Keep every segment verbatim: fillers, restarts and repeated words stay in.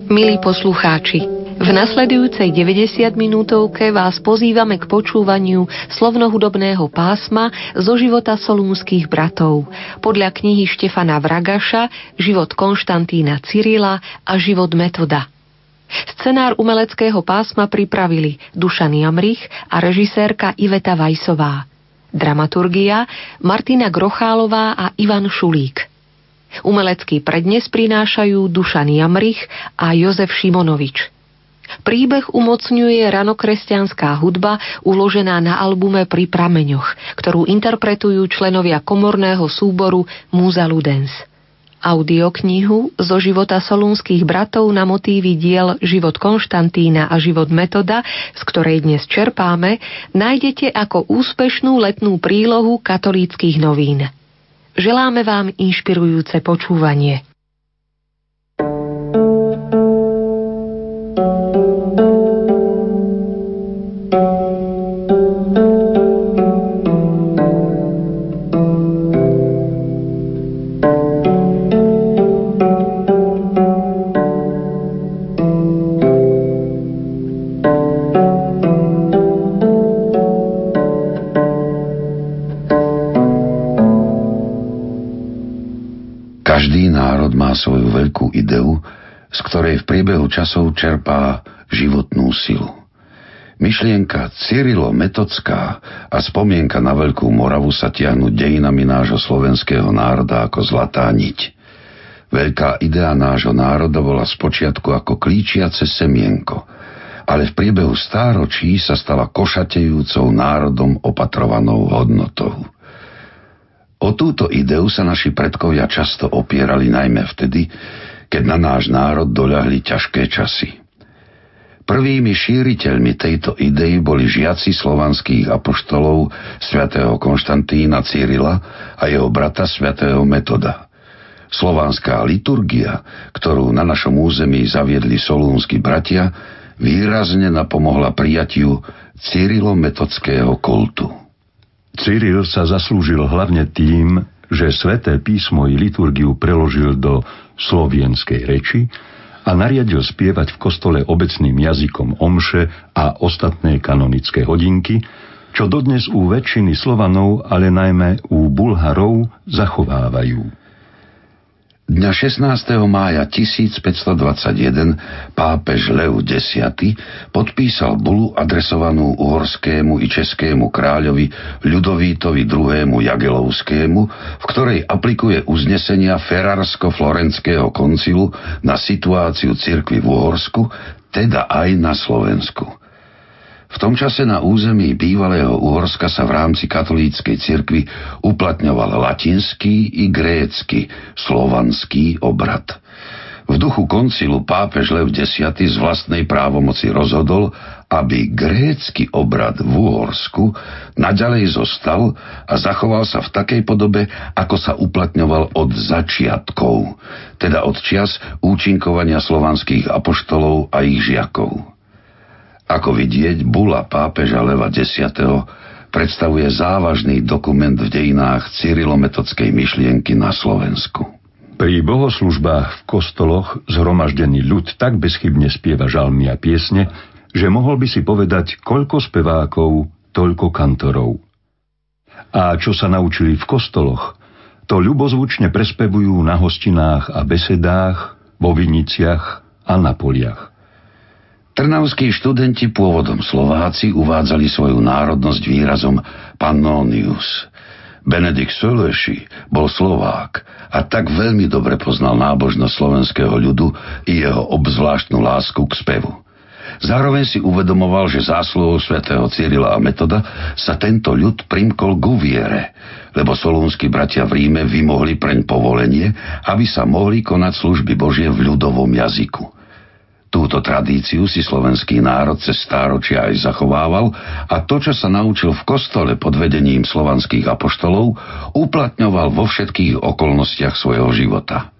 Milí poslucháči, v nasledujúcej deväťdesiatminútovke vás pozývame k počúvaniu slovnohudobného pásma zo života solúnskych bratov podľa knihy Štefana Vragaša Život Konštantína Cyrila a život Metoda. Scenár umeleckého pásma pripravili Dušan Jamrich a režisérka Iveta Vajsová. Dramaturgia Martina Grochálová a Ivan Šulík. Umelecký prednes prinášajú Dušan Jamrich a Jozef Šimonovič. Príbeh umocňuje ranokresťanská hudba uložená na albume Pri prameňoch, ktorú interpretujú členovia komorného súboru Múza Ludens. Audioknihu zo života solúnskych bratov na motívy diel Život Konštantína a život Metoda, z ktorej dnes čerpáme, nájdete ako úspešnú letnú prílohu Katolíckych novín. Želáme vám inšpirujúce počúvanie. Každý národ má svoju veľkú ideu, z ktorej v priebehu časov čerpá životnú silu. Myšlienka Cyrilo-metodská a spomienka na Veľkú Moravu sa tiahnu dejinami nášho slovenského národa ako zlatá niť. Veľká idea nášho národa bola spočiatku ako klíčiace semienko, ale v priebehu stáročí sa stala košatejúcou národom opatrovanou hodnotou. O túto ideu sa naši predkovia často opierali najmä vtedy, keď na náš národ doľahli ťažké časy. Prvými šíriteľmi tejto idei boli žiaci slovanských apoštolov svätého Konštantína Cyrila a jeho brata svätého Metoda. Slovanská liturgia, ktorú na našom území zaviedli solúnski bratia, výrazne napomohla prijatiu Cyrilo-metodského kultu. Cyril sa zaslúžil hlavne tým, že Sväté písmo i liturgiu preložil do slovienskej reči a nariadil spievať v kostole obecným jazykom omše a ostatné kanonické hodinky, čo dodnes u väčšiny Slovanov, ale najmä u Bulharov zachovávajú. Dňa šestnásteho mája tisícpäťstodvadsaťjeden pápež Lev X podpísal bulu adresovanú uhorskému i českému kráľovi Ľudovítovi druhému Jagelovskému, v ktorej aplikuje uznesenia Ferrarsko-Florenského koncilu na situáciu cirkvi v Uhorsku, teda aj na Slovensku. V tom čase na území bývalého Uhorska sa v rámci katolíckej cirkvi uplatňoval latinský i grécky, slovanský obrad. V duchu koncilu pápež Lev X z vlastnej právomoci rozhodol, aby grécky obrad v Uhorsku naďalej zostal a zachoval sa v takej podobe, ako sa uplatňoval od začiatkov, teda od čias účinkovania slovanských apoštolov a ich žiakov. Ako vidieť, bula pápeža Leva X predstavuje závažný dokument v dejinách cyrilometodskej myšlienky na Slovensku. Pri bohoslužbách v kostoloch zhromaždený ľud tak bezchybne spieva žalmy a piesne, že mohol by si povedať, koľko spevákov, toľko kantorov. A čo sa naučili v kostoloch, to ľubozvučne prespevujú na hostinách a besedách, vo viniciach a na poliach. Trnavskí študenti, pôvodom Slováci, uvádzali svoju národnosť výrazom Pannonius. Benedikt Sölöschi bol Slovák a tak veľmi dobre poznal nábožnosť slovenského ľudu i jeho obzvláštnu lásku k spevu. Zároveň si uvedomoval, že zásluhou svätého Cyrila a Metoda sa tento ľud primkol ku viere, lebo solúnski bratia v Ríme vymohli preň povolenie, aby sa mohli konať služby Božie v ľudovom jazyku. Túto tradíciu si slovenský národ cez stáročia aj zachovával a to, čo sa naučil v kostole pod vedením slovanských apoštolov, uplatňoval vo všetkých okolnostiach svojho života.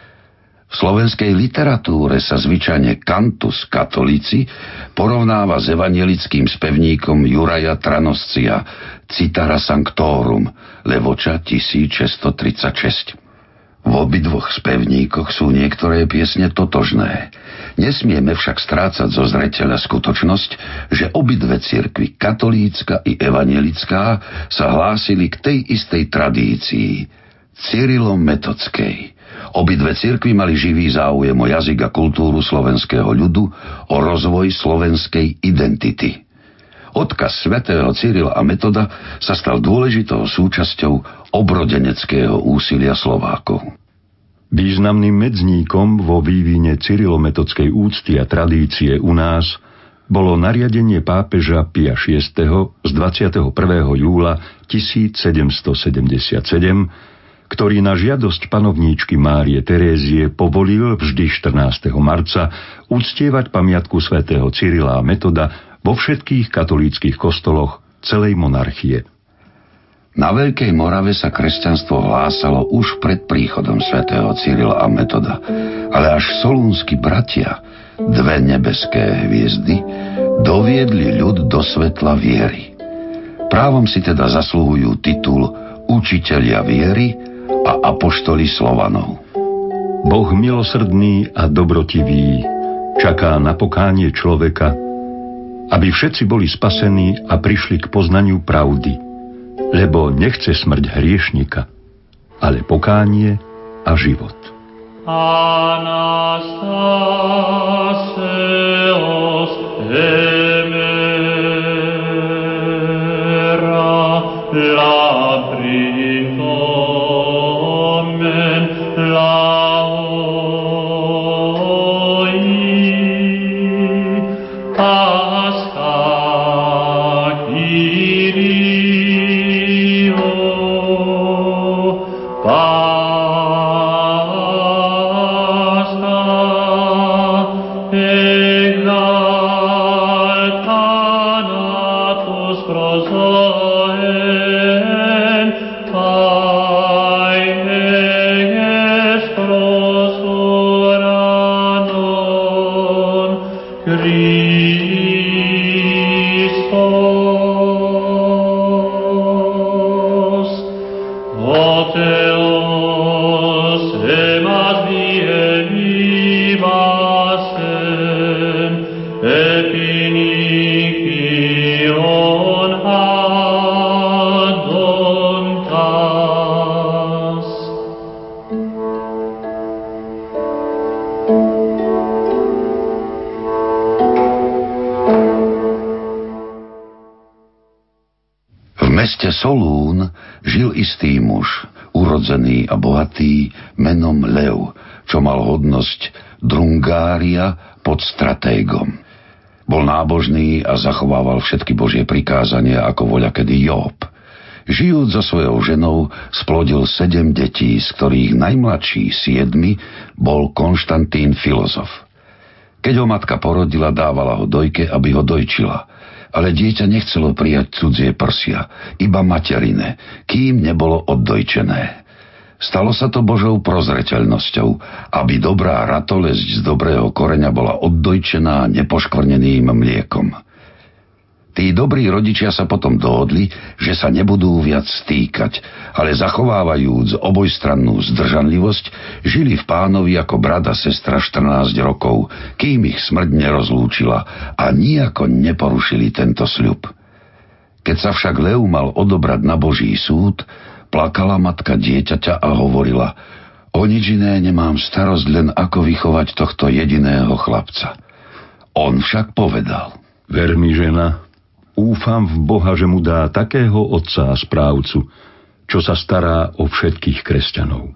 V slovenskej literatúre sa zvyčajne cantus catholici porovnáva s evanjelickým spevníkom Juraja Tranoscia Cithara Sanctorum Levoča tisícšesťstotridsaťšesť. V obidvoch spevníkoch sú niektoré piesne totožné. Nesmieme však strácať zo zreteľa skutočnosť, že obidve cirkvi, katolícka i evanjelická, sa hlásili k tej istej tradícii, cyrilom-metodskej. Obidve cirkvi mali živý záujem o jazyk a kultúru slovenského ľudu, o rozvoj slovenskej identity. Odkaz svätého Cyrila a Metoda sa stal dôležitou súčasťou obrodeneckého úsilia Slovákov. Významným medzníkom vo vývine cyrilometodskej úcty a tradície u nás bolo nariadenie pápeža Pia šiesteho z dvadsiateho prvého júla tisícsedemstosedemdesiatsedem, ktorý na žiadosť panovníčky Márie Terézie povolil vždy štrnásteho marca uctievať pamiatku svätého Cyrila a Metoda vo všetkých katolíckych kostoloch celej monarchie. Na Veľkej Morave sa kresťanstvo hlásalo už pred príchodom svätého Cyrila a Metoda, ale až solúnski bratia, dve nebeské hviezdy, doviedli ľud do svetla viery. Právom si teda zasluhujú titul učitelia viery a apoštoli Slovanov. Boh milosrdný a dobrotivý čaká na pokánie človeka, aby všetci boli spasení a prišli k poznaniu pravdy, lebo nechce smrť hriešnika, ale pokánie a život. Anastaseos emera labritomen laoi pasca Kyrio pasca exaltanatus prosoen kai eges prosuranon Christos Oteos emas die vivasen epinikion adontas. V meste Solún žil istý muž, urodzený a bohatý, menom Lev, čo mal hodnosť drungária pod stratégom. Bol nábožný a zachovával všetky Božie prikázania ako voľakedy Jób. Žijúc so svojou ženou, splodil sedem detí, z ktorých najmladší, siedmy, bol Konštantín filozof. Keď ho matka porodila, dávala ho dojke, aby ho dojčila. Ale dieťa nechcelo prijať cudzie prsia, iba materiné, kým nebolo oddojčené. Stalo sa to Božou prozreteľnosťou, aby dobrá ratolesť z dobrého koreňa bola oddojčená nepoškvrneným mliekom. Tí dobrí rodičia sa potom dohodli, že sa nebudú viac stýkať, ale zachovávajúc obojstrannú zdržanlivosť, žili v Pánovi ako brat a sestra štrnásť rokov, kým ich smrť nerozlúčila a nijako neporušili tento sľub. Keď sa však Lev mal odobrať na Boží súd, plakala matka dieťaťa a hovorila: o nič iné nemám starosť, len ako vychovať tohto jediného chlapca. On však povedal: Ver mi, žena, úfam v Boha, že mu dá takého otca a správcu, čo sa stará o všetkých kresťanov.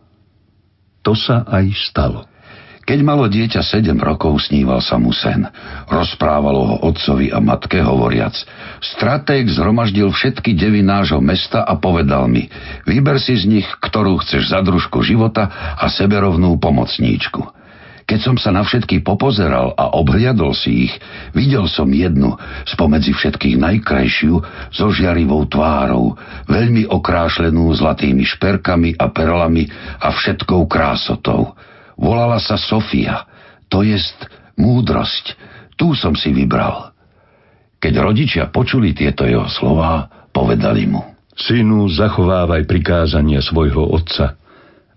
To sa aj stalo. Keď malo dieťa sedem rokov, sníval sa mu sen. Rozprávalo ho otcovi a matke hovoriac: stratég zhromaždil všetky devy nášho mesta a povedal mi: vyber si z nich, ktorú chceš za družku života a seberovnú pomocníčku. Keď som sa na všetky popozeral a obhliadol si ich, videl som jednu, spomedzi všetkých najkrajšiu, so žiarivou tvárou, veľmi okrášlenú zlatými šperkami a perlami a všetkou krásotou. Volala sa Sofia, to jest múdrosť. Tú som si vybral. Keď rodičia počuli tieto jeho slová, povedali mu: synu, zachovávaj prikázania svojho otca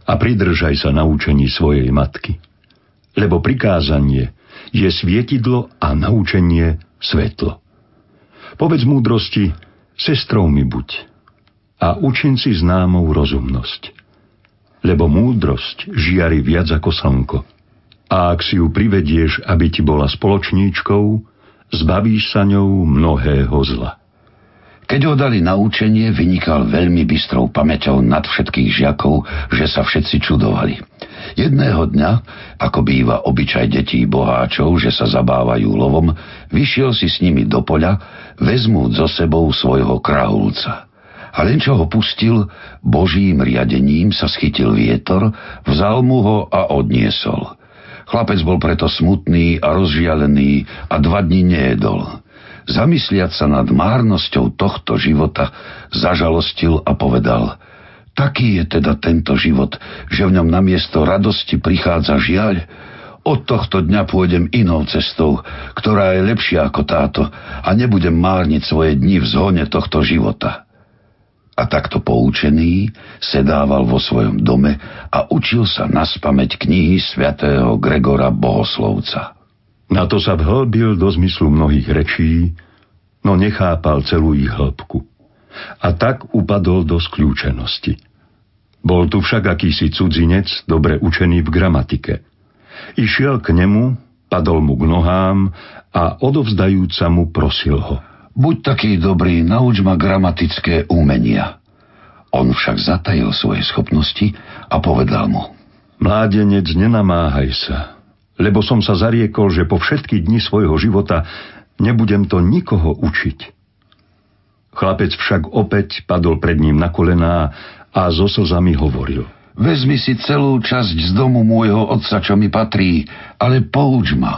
a pridržaj sa naučení svojej matky. Lebo prikázanie je svietidlo a naučenie svetlo. Povedz múdrosti, sestrou mi buď, a učin si známou rozumnosť. Lebo múdrosť žiari viac ako slnko. A ak si ju privedieš, aby ti bola spoločníčkou, zbavíš sa ňou mnohého zla. Keď ho dali na učenie, vynikal veľmi bystrou pamäťou nad všetkých žiakov, že sa všetci čudovali. Jedného dňa, ako býva obyčaj detí boháčov, že sa zabávajú lovom, vyšiel si s nimi do poľa, vezmúc so sebou svojho krahulca. A len čo ho pustil, Božím riadením sa schytil vietor, vzal mu ho a odniesol. Chlapec bol preto smutný a rozžialený a dva dni nejedol. Zamysliať sa nad márnosťou tohto života, zažalostil a povedal: taký je teda tento život, že v ňom namiesto radosti prichádza žiaľ. Od tohto dňa pôjdem inou cestou, ktorá je lepšia ako táto, a nebudem márniť svoje dni v zhone tohto života. A takto poučený sedával vo svojom dome a učil sa naspamäť knihy svätého Gregora Bohoslovca. Na to sa vhlbil do zmyslu mnohých rečí, no nechápal celú ich hĺbku. A tak upadol do skľúčenosti. Bol tu však akýsi cudzinec, dobre učený v gramatike. Išiel k nemu, padol mu k nohám a odovzdajúca mu prosil ho: buď taký dobrý, nauč ma gramatické umenia. On však zatajil svoje schopnosti a povedal mu: mládenec, nenamáhaj sa, lebo som sa zariekol, že po všetky dni svojho života nebudem to nikoho učiť. Chlapec však opäť padol pred ním na kolená a so slzami hovoril: vezmi si celú časť z domu môjho otca, čo mi patrí, ale pouč ma.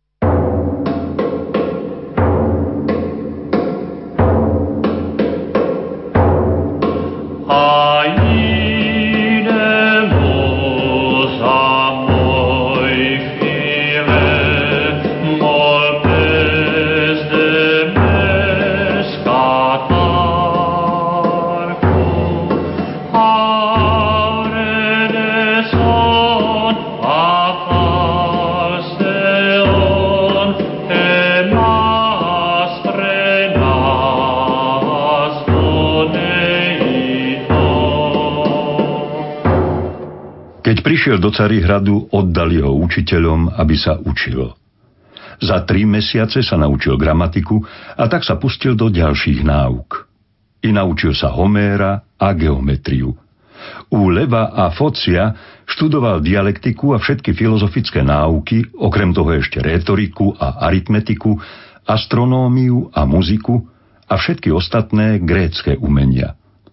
Keď prišiel do Carihradu, oddali ho učiteľom, aby sa učil. Za tri mesiace sa naučil gramatiku a tak sa pustil do ďalších náuk. I naučil sa Homéra a geometriu. U Leva a Focia študoval dialektiku a všetky filozofické náuky, okrem toho ešte rétoriku a aritmetiku, astronómiu a muziku a všetky ostatné grécke umenia.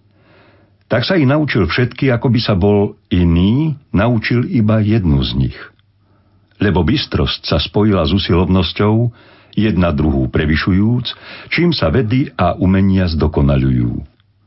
Tak sa ich naučil všetky, ako by sa bol iný naučil iba jednu z nich. Lebo bystrosť sa spojila s usilovnosťou, jedna druhú prevyšujúc, čím sa vedy a umenia zdokonaľujú.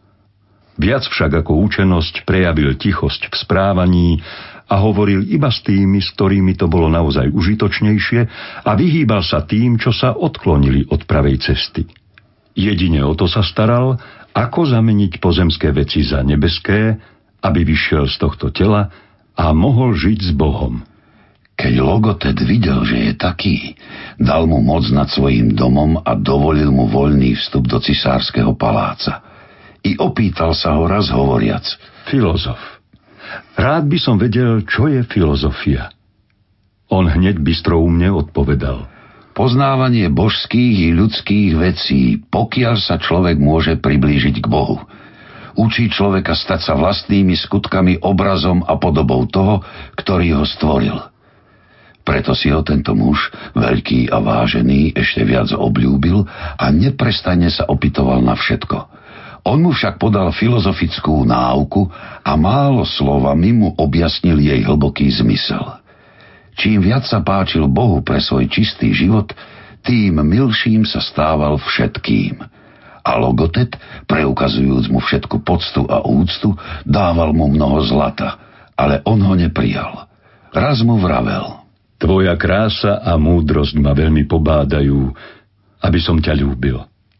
Viac však ako účenosť prejavil tichosť v správaní a hovoril iba s tými, s ktorými to bolo naozaj užitočnejšie, a vyhýbal sa tým, čo sa odklonili od pravej cesty. Jedine o to sa staral, ako zameniť pozemské veci za nebeské, aby vyšiel z tohto tela a mohol žiť s Bohom. Keď Logotet videl, že je taký, dal mu moc nad svojím domom a dovolil mu voľný vstup do cisárskeho paláca. I opýtal sa ho raz hovoriac: filozof, rád by som vedel, čo je filozofia. On hneď bystroumne odpovedal: poznávanie božských i ľudských vecí, pokiaľ sa človek môže priblížiť k Bohu. Učí človeka stať sa vlastnými skutkami obrazom a podobou toho, ktorý ho stvoril. Preto si ho tento muž, veľký a vážený, ešte viac obľúbil a neprestane sa opytoval na všetko. On mu však podal filozofickú náuku a málo slovami mu objasnil jej hlboký zmysel. Čím viac sa páčil Bohu pre svoj čistý život, tým milším sa stával všetkým. A Logotet, preukazujúc mu všetku poctu a úctu, dával mu mnoho zlata, ale on ho neprijal. Raz mu vravel: tvoja krása a múdrosť ma veľmi pobádajú, aby som ťa ľúbil.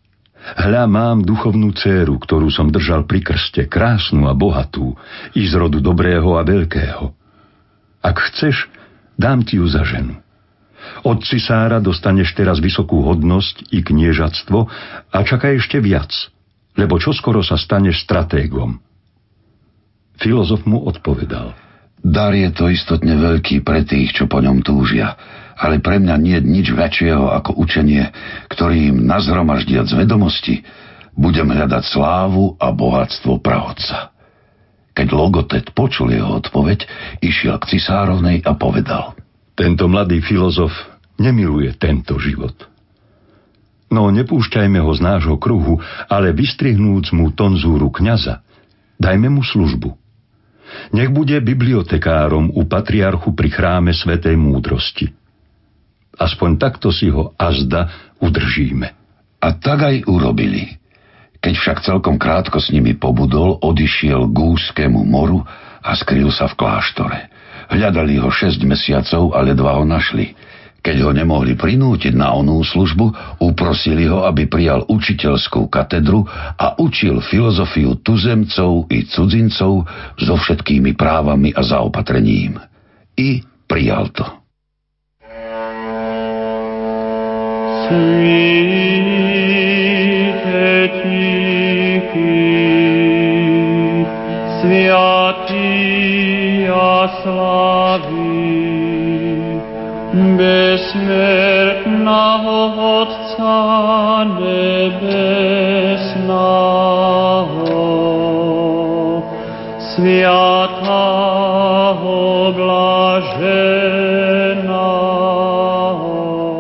Hľa, mám duchovnú dcéru, ktorú som držal pri krste, krásnu a bohatú, i z rodu dobrého a veľkého. Ak chceš, dám ti ju za ženu. Od cisára dostaneš teraz vysokú hodnosť i kniežatstvo a čakaj ešte viac, lebo čoskoro sa staneš stratégom. Filozof mu odpovedal: Dar je to istotne veľký pre tých, čo po ňom túžia, ale pre mňa nie je nič väčšieho ako učenie, ktorým nazhromaždiac vedomosti budem hľadať slávu a bohatstvo prahodca. Keď Logotet počul jeho odpoveď, išiel k cisárovnej a povedal: Tento mladý filozof nemiluje tento život. No nepúšťajme ho z nášho kruhu, ale vystrihnúc mu tonzúru kňaza, dajme mu službu. Nech bude bibliotekárom u patriarchu pri chráme svätej múdrosti. Aspoň takto si ho azda udržíme. A tak aj urobili. Keď však celkom krátko s nimi pobudol, odišiel k Úzkému moru a skryl sa v kláštore. Hľadali ho šesť mesiacov a ledva ho našli. Keď ho nemohli prinútiť na onú službu, uprosili ho, aby prijal učiteľskú katedru a učil filozofiu tuzemcov i cudzincov so všetkými právami a zaopatrením. I prijal to. Svíte tichý, sviatý a slavý, besmrtného Otca nebesného, sviatého blaženého.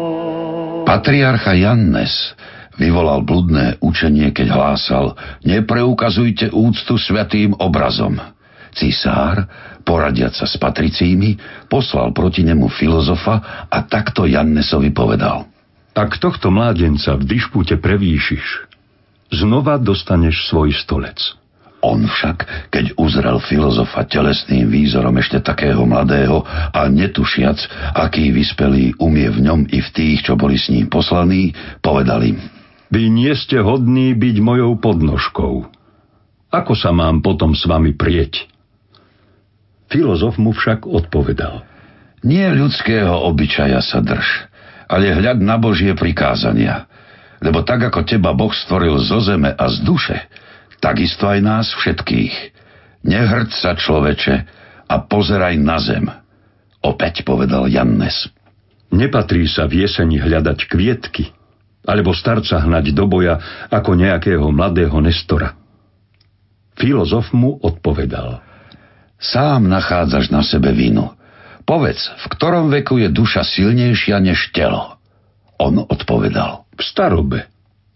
Patriarcha Jannes vyvolal bludné učenie, keď hlásal: Nepreukazujte úctu svätým obrazom. Cisár, poradiac sa s patricími, poslal proti nemu filozofa a takto Jannesovi povedal: Ak tohto mládenca v dišpúte prevýšiš, znova dostaneš svoj stolec. On však, keď uzrel filozofa telesným výzorom ešte takého mladého a netušiac, aký vyspelý umie v ňom i v tých, čo boli s ním poslaní, povedal im: Vy nie ste hodní byť mojou podnožkou. Ako sa mám potom s vami prieť? Filozof mu však odpovedal: Nie ľudského obyčaja sa drž, ale hľad na Božie prikázania. Lebo tak, ako teba Boh stvoril zo zeme a z duše, takisto aj nás všetkých. Nehrď sa, človeče, a pozeraj na zem. Opäť povedal Jannes: Nepatrí sa v jeseni hľadať kvietky, alebo starca hnať do boja ako nejakého mladého nestora. Filozof mu odpovedal: Sám nachádzaš na sebe vinu. Povedz, v ktorom veku je duša silnejšia než telo? On odpovedal: V starobe.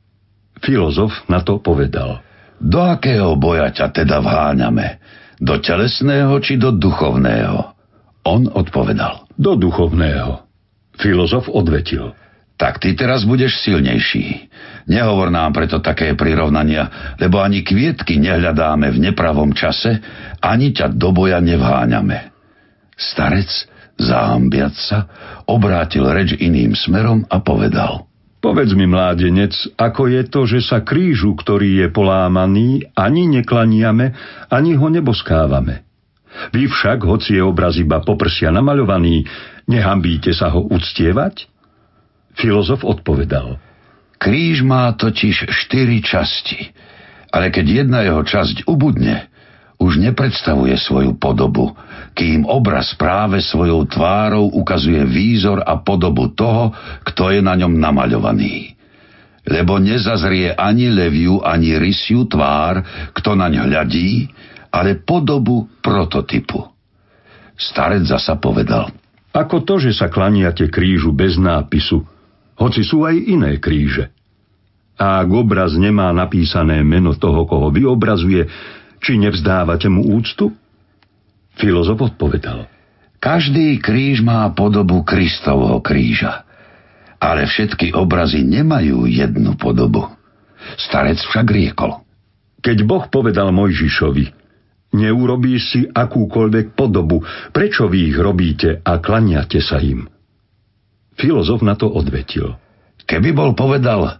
Filozof na to povedal: Do akého boja ťa teda vháňame? Do telesného či do duchovného? On odpovedal: Do duchovného. Filozof odvetil: Tak ty teraz budeš silnejší. Nehovor nám preto také prirovnania, lebo ani kvietky nehľadáme v nepravom čase, ani ťa do boja nevháňame. Starec, zahambiac sa, obrátil reč iným smerom a povedal: Povedz mi, mládenec, ako je to, že sa krížu, ktorý je polámaný, ani neklaniame, ani ho neboskávame. Vy však, hoci je obraz iba poprsia namaľovaný, nehambíte sa ho uctievať? Filozof odpovedal: Kríž má totiž štyri časti, ale keď jedna jeho časť ubudne, už nepredstavuje svoju podobu, kým obraz práve svojou tvárou ukazuje výzor a podobu toho, kto je na ňom namaľovaný. Lebo nezazrie ani leviu, ani rysiu tvár, kto naň hľadí, ale podobu prototypu. Starec zasa povedal: Ako to, že sa klaniate krížu bez nápisu, hoci sú aj iné kríže? A ak obraz nemá napísané meno toho, koho vyobrazuje, či nevzdávate mu úctu? Filozof odpovedal: Každý kríž má podobu Kristovho kríža, ale všetky obrazy nemajú jednu podobu. Starec však riekol: Keď Boh povedal Mojžišovi: Neurobíš si akúkoľvek podobu, prečo vy ich robíte a klaniate sa im? Filozof na to odvetil: Keby bol povedal: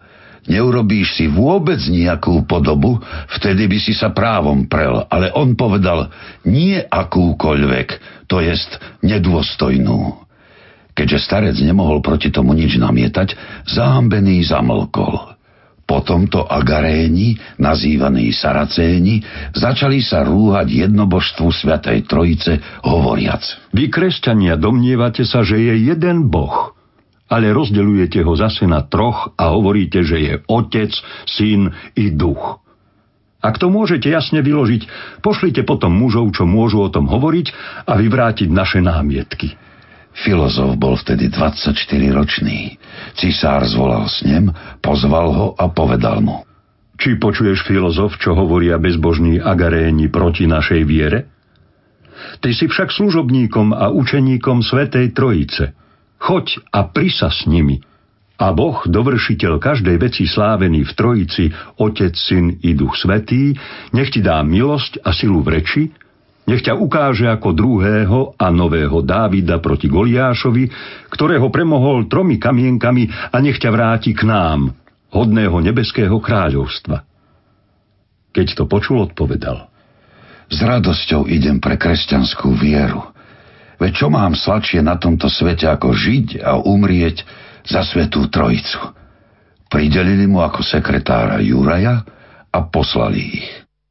Neurobíš si vôbec nejakú podobu, vtedy by si sa právom prel, ale on povedal, nie akúkoľvek, to jest nedôstojnú. Keďže starec nemohol proti tomu nič namietať, zahambený zamlkol. Potom to Agaréni, nazývaní Saracéni, začali sa rúhať jednobožstvu Svätej Trojice, hovoriac. Vy, kresťania, domnievate sa, že je jeden Boh, ale rozdeľujete ho zase na troch a hovoríte, že je Otec, Syn i Duch. Ak to môžete jasne vyložiť, pošlite potom mužov, čo môžu o tom hovoriť a vyvrátiť naše námietky. Filozof bol vtedy dvadsaťštyriročný. Cisár zvolal snem, pozval ho a povedal mu. Či počuješ, filozof, čo hovoria bezbožní Agaréni proti našej viere? Ty si však služobníkom a učeníkom Svätej Trojice. Choď a prisa s nimi. A Boh, dovršiteľ každej veci slávený v Trojici, Otec, Syn i Duch Svätý, nech ti dá milosť a silu v reči, nech ťa ukáže ako druhého a nového Dávida proti Goliášovi, ktorého premohol tromi kamienkami, a nech ťa vráti k nám, hodného nebeského kráľovstva. Keď to počul, odpovedal. S radosťou idem pre kresťanskú vieru. Veď čo mám sladšie na tomto svete, ako žiť a umrieť za Svätú Trojicu? Pridelili mu ako sekretára Juraja a poslali ich.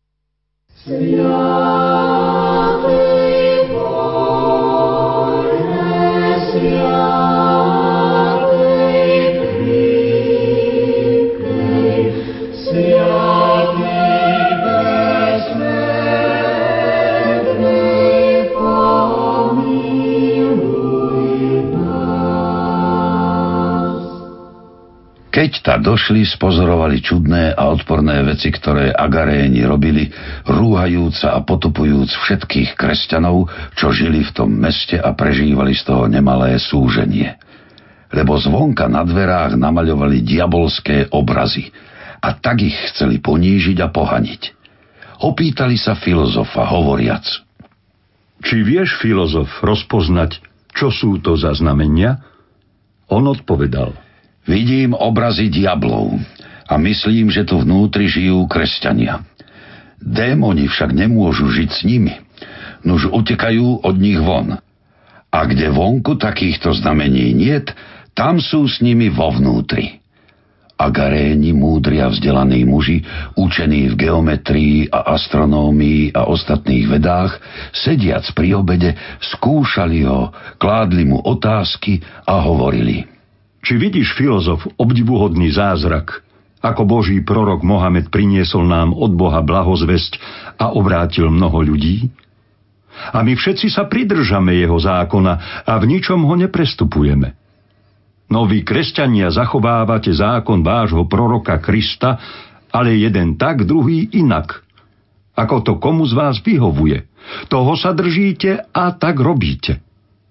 Keď ta došli, spozorovali čudné a odporné veci, ktoré Agaréni robili, rúhajúc a potupujúc všetkých kresťanov, čo žili v tom meste a prežívali z toho nemalé súženie. Lebo zvonka na dverách namaľovali diabolské obrazy a tak ich chceli ponížiť a pohaniť. Opýtali sa filozofa, hovoriac. Či vieš, filozof, rozpoznať, čo sú to za znamenia? On odpovedal. Vidím obrazy diablov a myslím, že tu vnútri žijú kresťania. Démoni však nemôžu žiť s nimi, nuž utekajú od nich von. A kde vonku takýchto znamení niet, tam sú s nimi vo vnútri. Agaréni, múdri a vzdelaní muži, učení v geometrii a astronómii a ostatných vedách, sediac pri obede, skúšali ho, kládli mu otázky a hovorili. Či vidíš, filozof, obdivuhodný zázrak, ako Boží prorok Mohamed priniesol nám od Boha blahozvesť a obrátil mnoho ľudí? A my všetci sa pridržame jeho zákona a v ničom ho neprestupujeme. No vy, kresťania, zachovávate zákon vášho proroka Krista, ale jeden tak, druhý inak. Ako to komu z vás vyhovuje, toho sa držíte a tak robíte.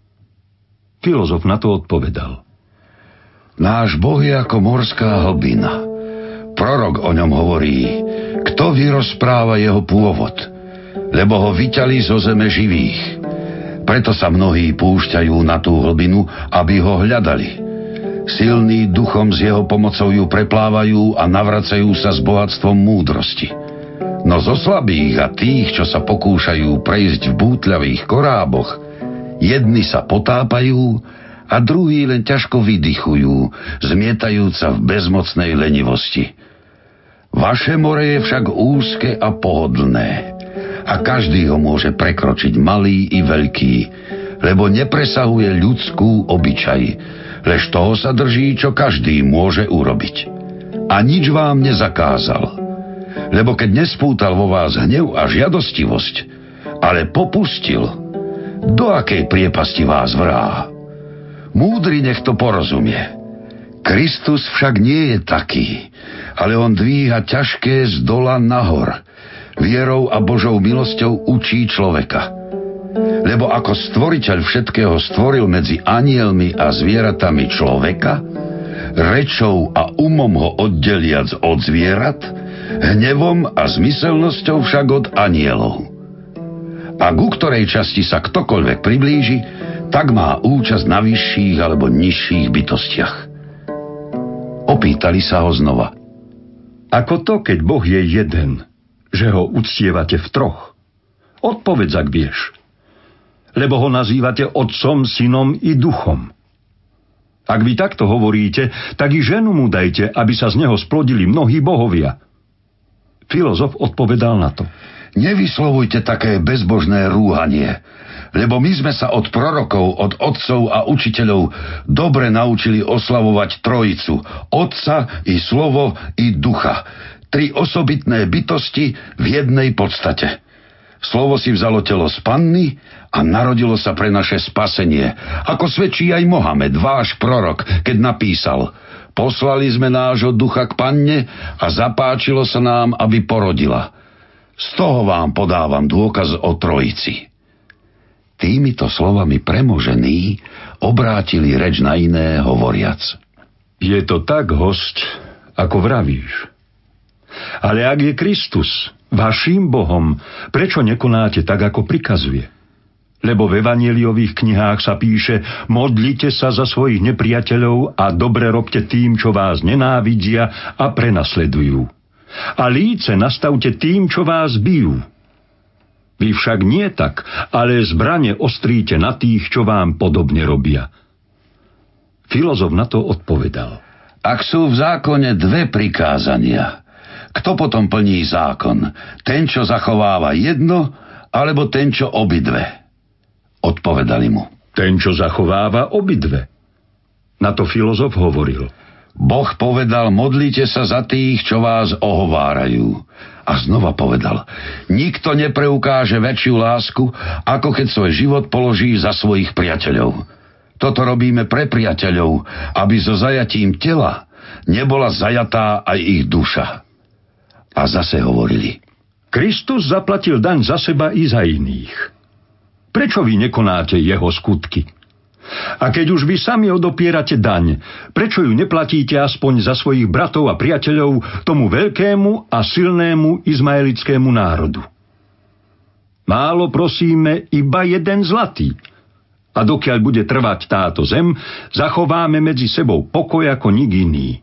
Filozof na to odpovedal. Náš Boh je ako morská hlbina. Prorok o ňom hovorí, kto vyrozpráva jeho pôvod, lebo ho vyťali zo zeme živých. Preto sa mnohí púšťajú na tú hlbinu, aby ho hľadali. Silní duchom s jeho pomocou ju preplávajú a navracajú sa s bohatstvom múdrosti. No zo slabých a tých, čo sa pokúšajú prejsť v bútľavých koráboch, jedni sa potápajú a druhí len ťažko vydychujú, zmietajúc sa v bezmocnej lenivosti. Vaše more je však úzke a pohodlné a každý ho môže prekročiť, malý i veľký, lebo nepresahuje ľudskú obyčaj, lež toho sa drží, čo každý môže urobiť. A nič vám nezakázal, lebo keď nespútal vo vás hnev a žiadostivosť, ale popustil, do akej priepasti vás vrá. Múdry nech to porozumie. Kristus však nie je taký, ale on dvíha ťažké z dola nahor. Vierou a Božou milosťou učí človeka. Lebo ako stvoriteľ všetkého stvoril medzi anielmi a zvieratami človeka, rečou a umom ho oddeliac od zvierat, hnevom a zmyselnosťou však od anielov. A ku ktorej časti sa ktokoľvek priblíži, tak má účasť na vyšších alebo nižších bytostiach. Opýtali sa ho znova. Ako to, keď Boh je jeden, že ho uctievate v troch? Odpovedz, ak vieš. Lebo ho nazývate Otcom, Synom i Duchom. Ak vy takto hovoríte, tak i ženu mu dajte, aby sa z neho splodili mnohí bohovia. Filozof odpovedal na to. Nevyslovujte také bezbožné rúhanie, lebo my sme sa od prorokov, od otcov a učiteľov dobre naučili oslavovať Trojicu, Otca i Slovo i Ducha, tri osobitné bytosti v jednej podstate. Slovo si vzalo telo z panny a narodilo sa pre naše spasenie, ako svedčí aj Mohamed, váš prorok, keď napísal: Poslali sme nášho ducha k panne a zapáčilo sa nám, aby porodila. Z toho vám podávam dôkaz o Trojici. Týmito slovami premožení obrátili reč na iné, hovoriac: Je to tak, hosť, ako vravíš. Ale ak je Kristus vaším Bohom, prečo nekonáte tak, ako prikazuje? Lebo v evanjeliových knihách sa píše: modlite sa za svojich nepriateľov a dobre robte tým, čo vás nenávidia a prenasledujú. A líce nastavte tým, čo vás bijú. Vy však nie tak, ale zbrane ostríte na tých, čo vám podobne robia. Filozof na to odpovedal: Ak sú v zákone dve prikázania, kto potom plní zákon? Ten, čo zachováva jedno, alebo ten, čo obidve? Odpovedali mu: Ten, čo zachováva obidve. Na to filozof hovoril: Boh povedal, modlite sa za tých, čo vás ohovárajú. A znova povedal: Nikto nepreukáže väčšiu lásku, ako keď svoj život položí za svojich priateľov. Toto robíme pre priateľov, aby so zajatím tela nebola zajatá aj ich duša. A zase hovorili: Kristus zaplatil daň za seba i za iných. Prečo vy nekonáte jeho skutky? A keď už vy sami odopierate daň, prečo ju neplatíte aspoň za svojich bratov a priateľov, tomu veľkému a silnému izmaelickému národu? Málo prosíme, iba jeden zlatý. A dokiaľ bude trvať táto zem, zachováme medzi sebou pokoj ako nik iný.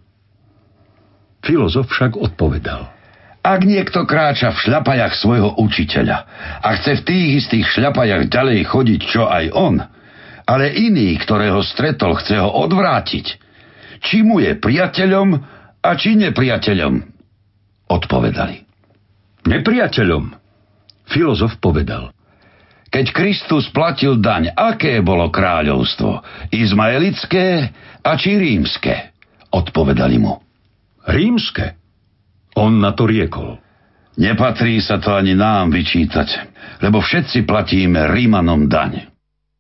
Filozof však odpovedal: Ak niekto kráča v šľapajach svojho učiteľa a chce v tých istých šľapajach ďalej chodiť, čo aj on, ale iný, ktorého stretol, chce ho odvrátiť, či mu je priateľom a či nepriateľom? Odpovedali: Nepriateľom. Filozof povedal: Keď Kristus platil daň, aké bolo kráľovstvo? Izmaelické a či rímske? Odpovedali mu: Rímske. On na to riekol: Nepatrí sa to ani nám vyčítať, lebo všetci platíme Rímanom daň.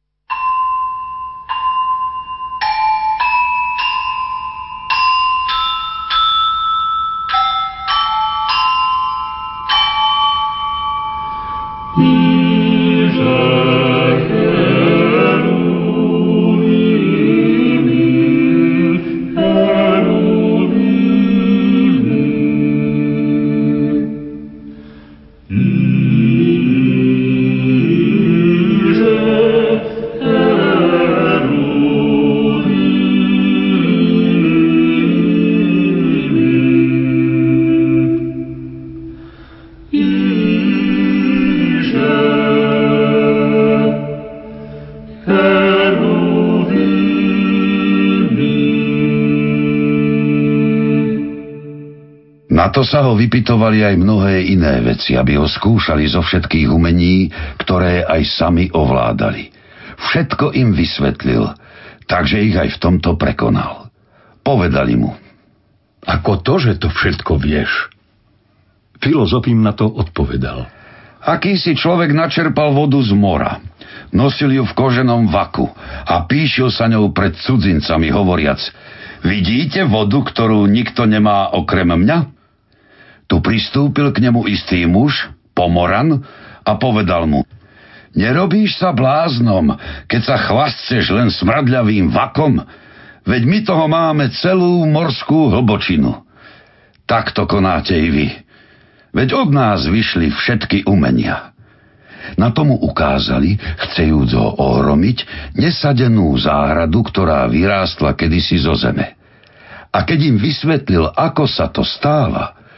Na to sa ho vypytovali aj mnohé iné veci, aby ho skúšali zo všetkých umení, ktoré aj sami ovládali. Všetko im vysvetlil, takže ich aj v tomto prekonal. Povedali mu: Ako to, že to všetko vieš? Filozof im na to odpovedal: Akýsi človek načerpal vodu z mora, nosil ju v koženom vaku a píšil sa ňou pred cudzincami, hovoriac: Vidíte vodu, ktorú nikto nemá okrem mňa? Tu pristúpil k nemu istý muž, Pomoran, a povedal mu: Nerobíš sa bláznom, keď sa chvastceš len smradľavým vakom? Veď my toho máme celú morskú hlbočinu. Takto konáte i vy. Veď od nás vyšli všetky umenia. Na tomu ukázali, chcejúc ho ohromiť, nesadenú záhradu, ktorá vyrástla kedysi zo zeme. A keď im vysvetlil, ako sa to stáva,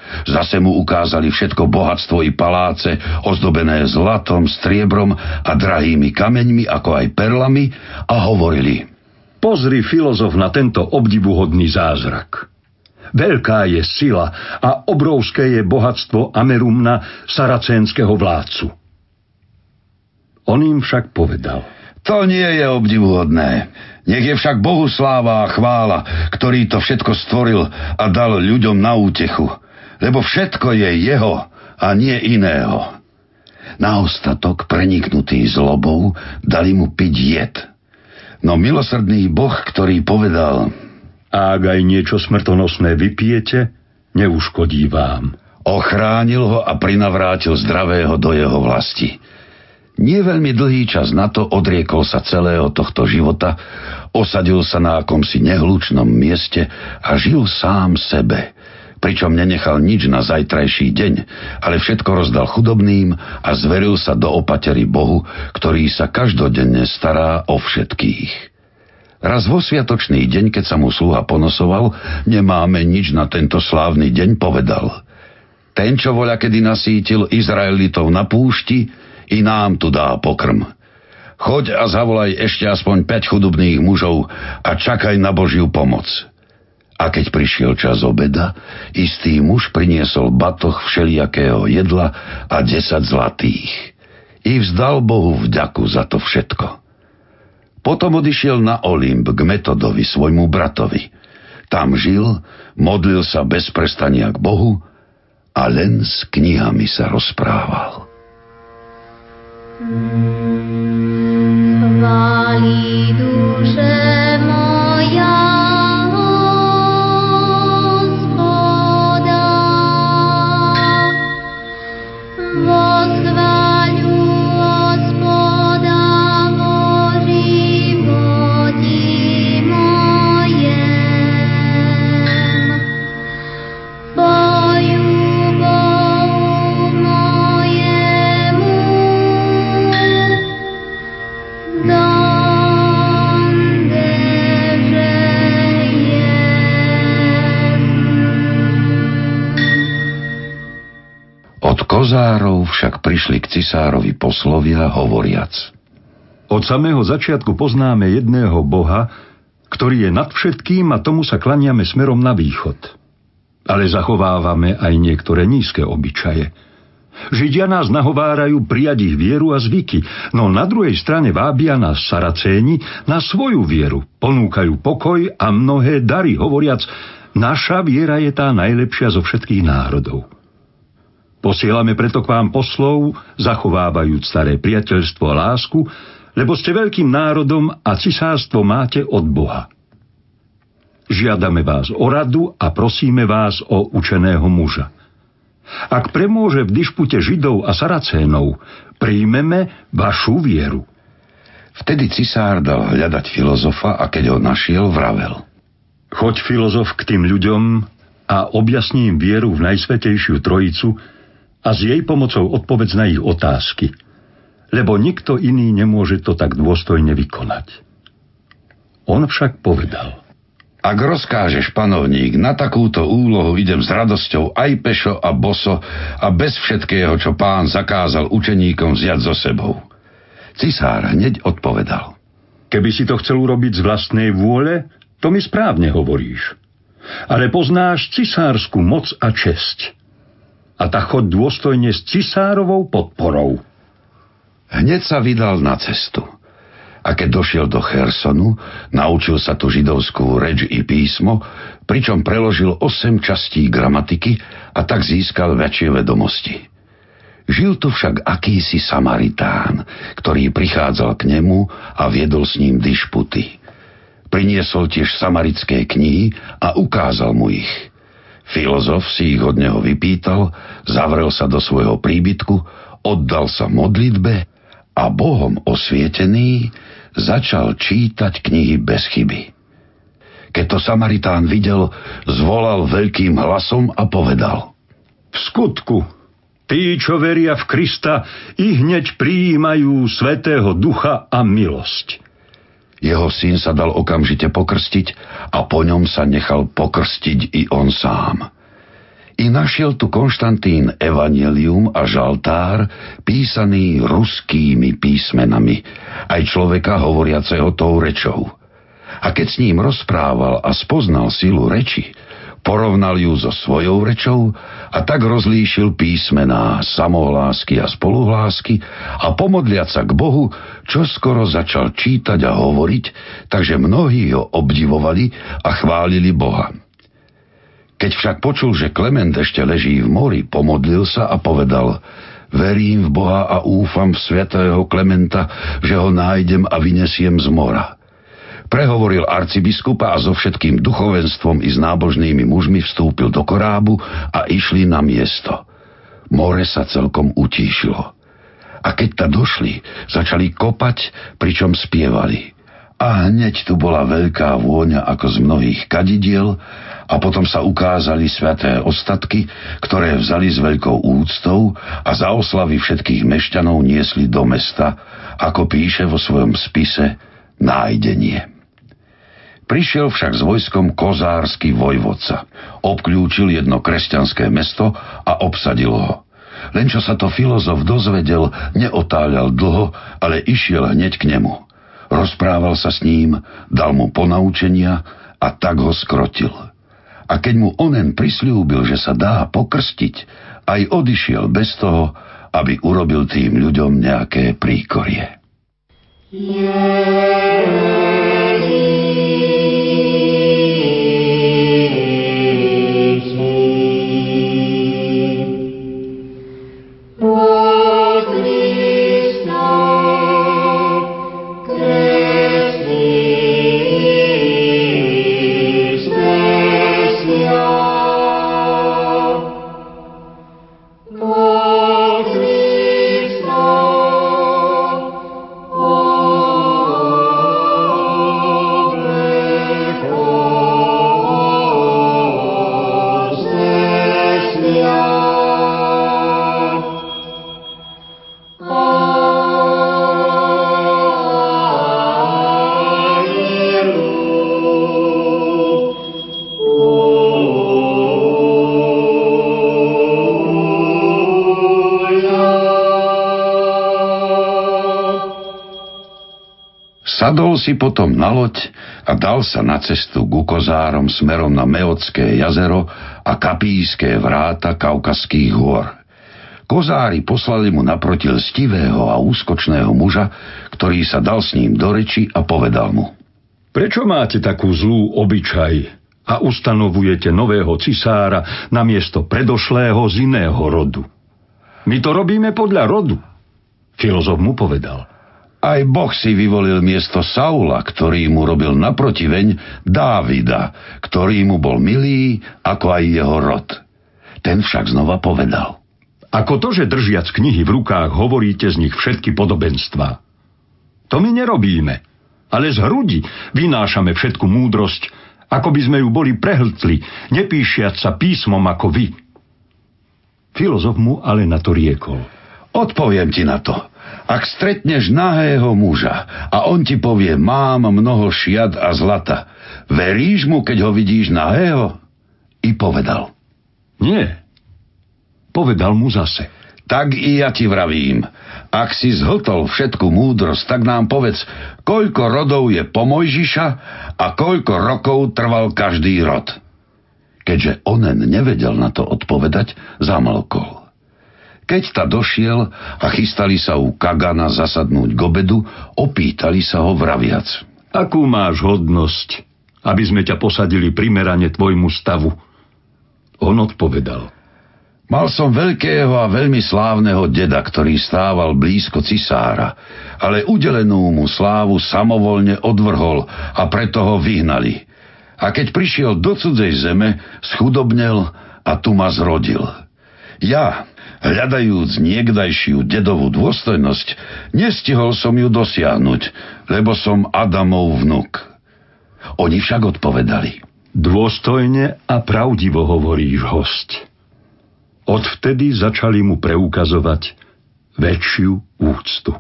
Zase mu ukázali všetko bohatstvo i paláce, ozdobené zlatom, striebrom a drahými kameňmi, ako aj perlami, a hovorili: Pozri, filozof, na tento obdivuhodný zázrak. Veľká je sila a obrovské je bohatstvo Amerumna, saracénskeho vládcu. On im však povedal: To nie je obdivuhodné. Nech je však Bohu sláva a chvála, ktorý to všetko stvoril a dal ľuďom na útechu. Lebo všetko je jeho a nie iného. Na ostatok, preniknutý zlobou, dali mu piť jed. No milosrdný Boh, ktorý povedal: A ak aj niečo smrtonosné vypijete, neuškodí vám. Ochránil ho a prinavrátil zdravého do jeho vlasti. Nie veľmi dlhý čas na to odriekol sa celého tohto života, osadil sa na akomsi nehlučnom mieste a žil sám sebe, pričom nenechal nič na zajtrajší deň, ale všetko rozdal chudobným a zveril sa do opatery Bohu, ktorý sa každodenne stará o všetkých. Raz vo sviatočný deň, keď sa mu sluha ponosoval, nemáme nič na tento slávny deň, povedal: Ten, čo voľa kedy nasítil Izraelitov na púšti, i nám tu dá pokrm. Choď a zavolaj ešte aspoň päť chudobných mužov a čakaj na Božiu pomoc. A keď prišiel čas obeda, istý muž priniesol batoh všelijakého jedla a desať zlatých. I vzdal Bohu vďaku za to všetko. Potom odišiel na Olymp k Metodovi, svojmu bratovi. Tam žil, modlil sa bez prestania k Bohu a len s knihami sa rozprával. Chváli duše moja Hospoda, vochváľu Hospoda vo životi mojem. Poju Bohu mojemu, Od kozárov však prišli k cisárovi poslovia hovoriac: Od samého začiatku poznáme jedného Boha, ktorý je nad všetkým, a tomu sa klaniame smerom na východ. Ale zachovávame aj niektoré nízke obyčaje. Židia nás nahovárajú prijať ich vieru a zvyky, no na druhej strane vábia nás Saracéni na svoju vieru, ponúkajú pokoj a mnohé dary, hovoriac: Naša viera je tá najlepšia zo všetkých národov. Posielame preto k vám poslov, zachovávajúc staré priateľstvo a lásku, lebo ste veľkým národom a cisárstvo máte od Boha. Žiadame vás o radu a prosíme vás o učeného muža. Ak premôže v dišpute Židov a Saracénov, príjmeme vašu vieru. Vtedy cisár dal hľadať filozofa a keď ho našiel, vravel: Choď, filozof, k tým ľuďom a objasni im vieru v Najsvätejšiu Trojicu a s jej pomocou odpovedz na ich otázky, lebo nikto iný nemôže to tak dôstojne vykonať. On však povedal: Ak rozkážeš, panovník, na takúto úlohu idem s radosťou aj pešo a boso a bez všetkého, čo pán zakázal učeníkom vziať so sebou. Cisár hneď odpovedal: Keby si to chcel urobiť z vlastnej vôle, to mi správne hovoríš. Ale poznáš cisársku moc a česť. A tak choď dôstojne s cisárovou podporou. Hneď sa vydal na cestu. A keď došiel do Chersonu, naučil sa tu židovskú reč i písmo, pričom preložil osem častí gramatiky a tak získal väčšie vedomosti. Žil tu však akýsi Samaritán, ktorý prichádzal k nemu a viedol s ním dišputy. Priniesol tiež samarické knihy a ukázal mu ich. Filozof si ich od neho vypýtal, zavrel sa do svojho príbytku, oddal sa modlitbe a Bohom osvietený začal čítať knihy bez chyby. Keď to Samaritán videl, zvolal veľkým hlasom a povedal: V skutku, tí, čo veria v Krista, i hneď prijímajú Svätého Ducha a milosť. Jeho syn sa dal okamžite pokrstiť a po ňom sa nechal pokrstiť i on sám. I našiel tu Konštantín evanjelium a žaltár písaný ruskými písmenami, aj človeka hovoriaceho tou rečou. A keď s ním rozprával a spoznal silu reči, porovnal ju so svojou rečou a tak rozlíšil písmená samohlásky a spoluhlásky a pomodliať sa k Bohu, čo skoro začal čítať a hovoriť, takže mnohí ho obdivovali a chválili Boha. Keď však počul, že Klement ešte leží v mori, pomodlil sa a povedal: verím v Boha a úfam v svätého Klementa, že ho nájdem a vynesiem z mora. Prehovoril arcibiskupa a so všetkým duchovenstvom i s nábožnými mužmi vstúpil do korábu a išli na miesto. More sa celkom utíšilo. A keď ta došli, začali kopať, pričom spievali. A hneď tu bola veľká vôňa ako z mnohých kadidiel a potom sa ukázali sväté ostatky, ktoré vzali s veľkou úctou a za oslavy všetkých mešťanov niesli do mesta, ako píše vo svojom spise Nájdenie. Prišiel však s vojskom kozársky vojvodca. Obkľúčil jedno kresťanské mesto a obsadil ho. Len čo sa to filozof dozvedel, neotáľal dlho, ale išiel hneď k nemu. Rozprával sa s ním, dal mu ponaučenia a tak ho skrotil. A keď mu onen prisľúbil, že sa dá pokrstiť, aj odišiel bez toho, aby urobil tým ľuďom nejaké príkorie. Yeah. Sadol si potom na loď a dal sa na cestu ku kozárom smerom na Meotské jazero a Kapíské vráta Kaukazských hôr. Kozári poslali mu naproti lstivého a úskočného muža, ktorý sa dal s ním do reči a povedal mu: Prečo máte takú zlú obyčaj a ustanovujete nového cisára namiesto predošlého z iného rodu? My to robíme podľa rodu. Filozof mu povedal: Aj Boh si vyvolil miesto Saula, ktorý mu robil naprotiveň Dávida, ktorý mu bol milý, ako aj jeho rod. Ten však znova povedal: Ako to, že držiac knihy v rukách hovoríte z nich všetky podobenstvá? To my nerobíme, ale z hrudi vynášame všetku múdrosť, ako by sme ju boli prehltli, nepíšiac sa písmom ako vy. Filozof mu ale na to riekol: Odpoviem ti na to. Ak stretneš nahého muža a on ti povie: mám mnoho šiat a zlata, veríš mu, keď ho vidíš nahého? I povedal: Nie. Povedal mu zase: Tak i ja ti vravím, ak si zhltol všetku múdrosť, tak nám povedz, koľko rodov je po Mojžiša a koľko rokov trval každý rod. Keďže onen nevedel na to odpovedať, zamlkol. Keď ta došiel a chystali sa u Kagana zasadnúť k obedu, opýtali sa ho vraviac: Akú máš hodnosť, aby sme ťa posadili primerane tvojmu stavu? On odpovedal: Mal som veľkého a veľmi slávneho deda, ktorý stával blízko cisára, ale udelenú mu slávu samovolne odvrhol a preto ho vyhnali. A keď prišiel do cudzej zeme, schudobnel a tu ma zrodil. Ja, hľadajúc niekdajšiu dedovú dôstojnosť, nestihol som ju dosiahnuť, lebo som Adamov vnuk. Oni však odpovedali: Dôstojne a pravdivo hovoríš, hosť. Odvtedy začali mu preukazovať väčšiu úctu.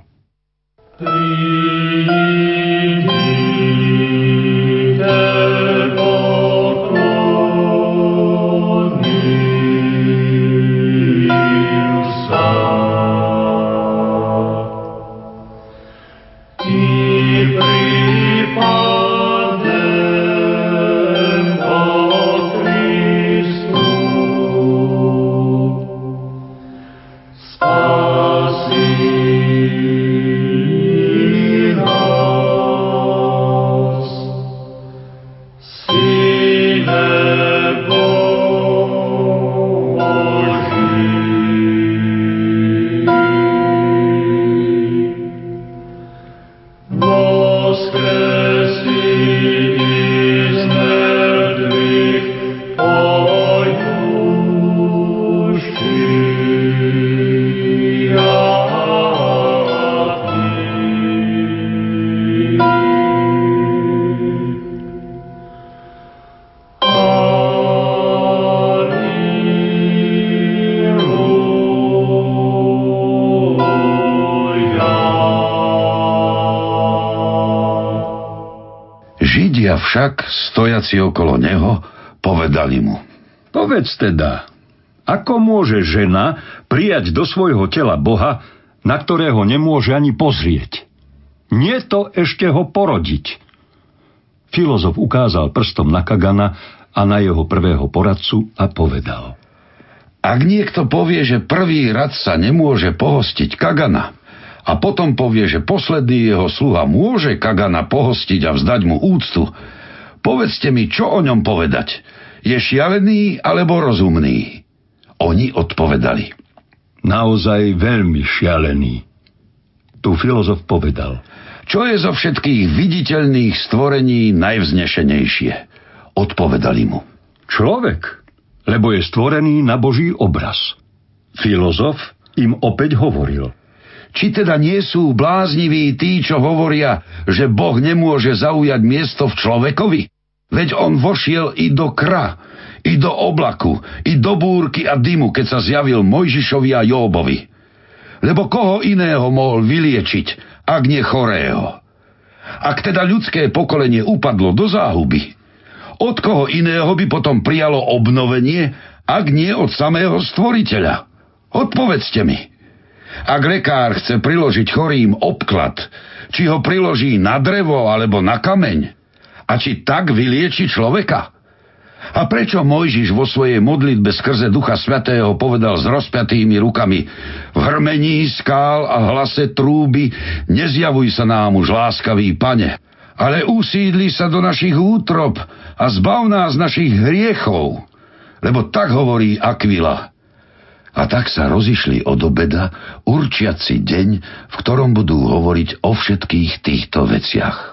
však, stojaci okolo neho, povedali mu: Povedz teda, ako môže žena prijať do svojho tela Boha, na ktorého nemôže ani pozrieť? Nie to ešte ho porodiť. Filozof ukázal prstom na Kagana a na jeho prvého poradcu a povedal: Ak niekto povie, že prvý radca nemôže pohostiť Kagana a potom povie, že posledný jeho sluha môže Kagana pohostiť a vzdať mu úctu, povedzte mi, čo o ňom povedať. Je šialený alebo rozumný? Oni odpovedali: Naozaj veľmi šialený. Tu filozof povedal: Čo je zo všetkých viditeľných stvorení najvznešenejšie? Odpovedali mu: Človek, lebo je stvorený na Boží obraz. Filozof im opäť hovoril: Či teda nie sú blázniví tí, čo hovoria, že Boh nemôže zaujať miesto v človekovi? Veď on vošiel i do kra, i do oblaku, i do búrky a dymu, keď sa zjavil Mojžišovi a Jóbovi. Lebo koho iného mohol vyliečiť, ak nie chorého? Ak teda ľudské pokolenie upadlo do záhuby, od koho iného by potom prijalo obnovenie, ak nie od samého stvoriteľa? Odpovedzte mi. Ak lekár chce priložiť chorým obklad, či ho priloží na drevo alebo na kameň, a či tak vylieči človeka? A prečo Mojžiš vo svojej modlitbe skrze Ducha Svätého povedal s rozpiatými rukami: V hrmení skál a hlase trúby nezjavuj sa nám už, láskavý Pane, ale usídli sa do našich útrob a zbav nás našich hriechov, lebo tak hovorí Akvila. A tak sa rozišli od obeda, určiaci deň, v ktorom budú hovoriť o všetkých týchto veciach.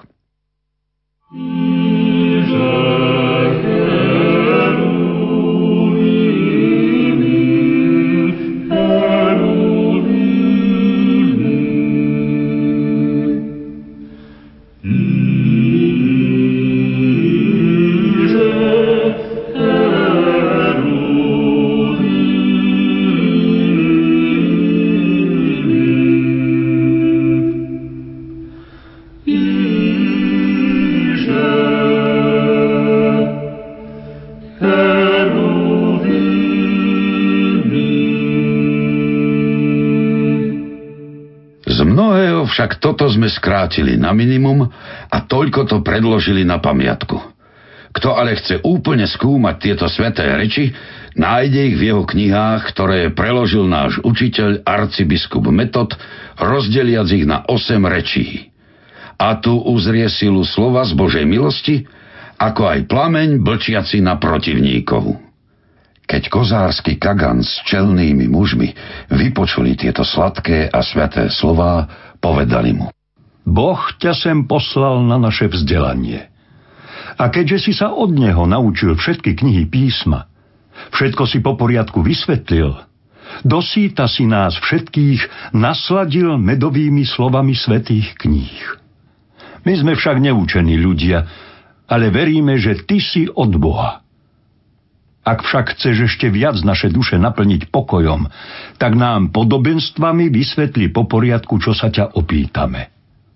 Však toto sme skrátili na minimum a toľko to predložili na pamiatku. Kto ale chce úplne skúmať tieto sväté reči, nájde ich v jeho knihách, ktoré preložil náš učiteľ arcibiskup Metod, rozdeliac ich na osem rečí. A tu uzrie silu slova z Božej milosti, ako aj plameň blčiaci na protivníkovu. Keď kozársky Kagan s čelnými mužmi vypočuli tieto sladké a sväté slová, povedali mu: Boh ťa sem poslal na naše vzdelanie. A keďže si sa od neho naučil všetky knihy písma, všetko si po poriadku vysvetlil, dosýta si nás všetkých nasladil medovými slovami svätých kníh. My sme však neúčení ľudia, ale veríme, že ty si od Boha. Ak však chceš ešte viac naše duše naplniť pokojom, tak nám podobenstvami vysvetli po poriadku, čo sa ťa opýtame.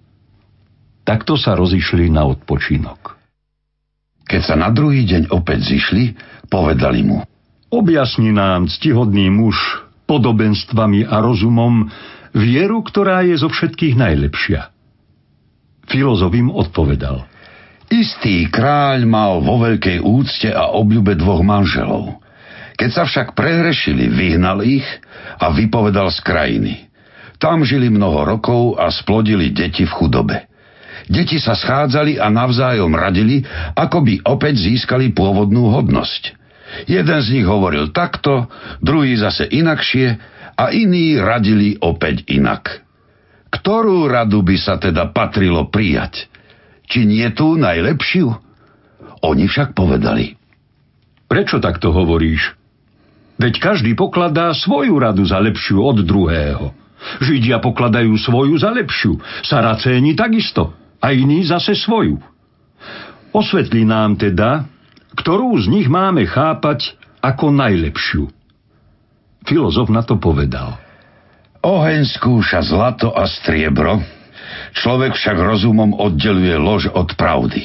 Takto sa rozišli na odpočinok. Keď sa na druhý deň opäť zišli, povedali mu: Objasni nám, ctihodný muž, podobenstvami a rozumom vieru, ktorá je zo všetkých najlepšia. Filozof im odpovedal: Istý kráľ mal vo veľkej úcte a obľube dvoch manželov. Keď sa však prehrešili, vyhnal ich a vypovedal z krajiny. Tam žili mnoho rokov a splodili deti v chudobe. Deti sa schádzali a navzájom radili, ako by opäť získali pôvodnú hodnosť. Jeden z nich hovoril takto, druhý zase inakšie a iní radili opäť inak. Ktorú radu by sa teda patrilo prijať? Či nie tú najlepšiu? Oni však povedali: Prečo takto hovoríš? Veď každý pokladá svoju radu za lepšiu od druhého. Židia pokladajú svoju za lepšiu, Saracéni takisto, a iní zase svoju. Osvetlí nám teda, ktorú z nich máme chápať ako najlepšiu. Filozof na to povedal: Oheň skúša zlato a striebro, človek však rozumom oddeluje lož od pravdy.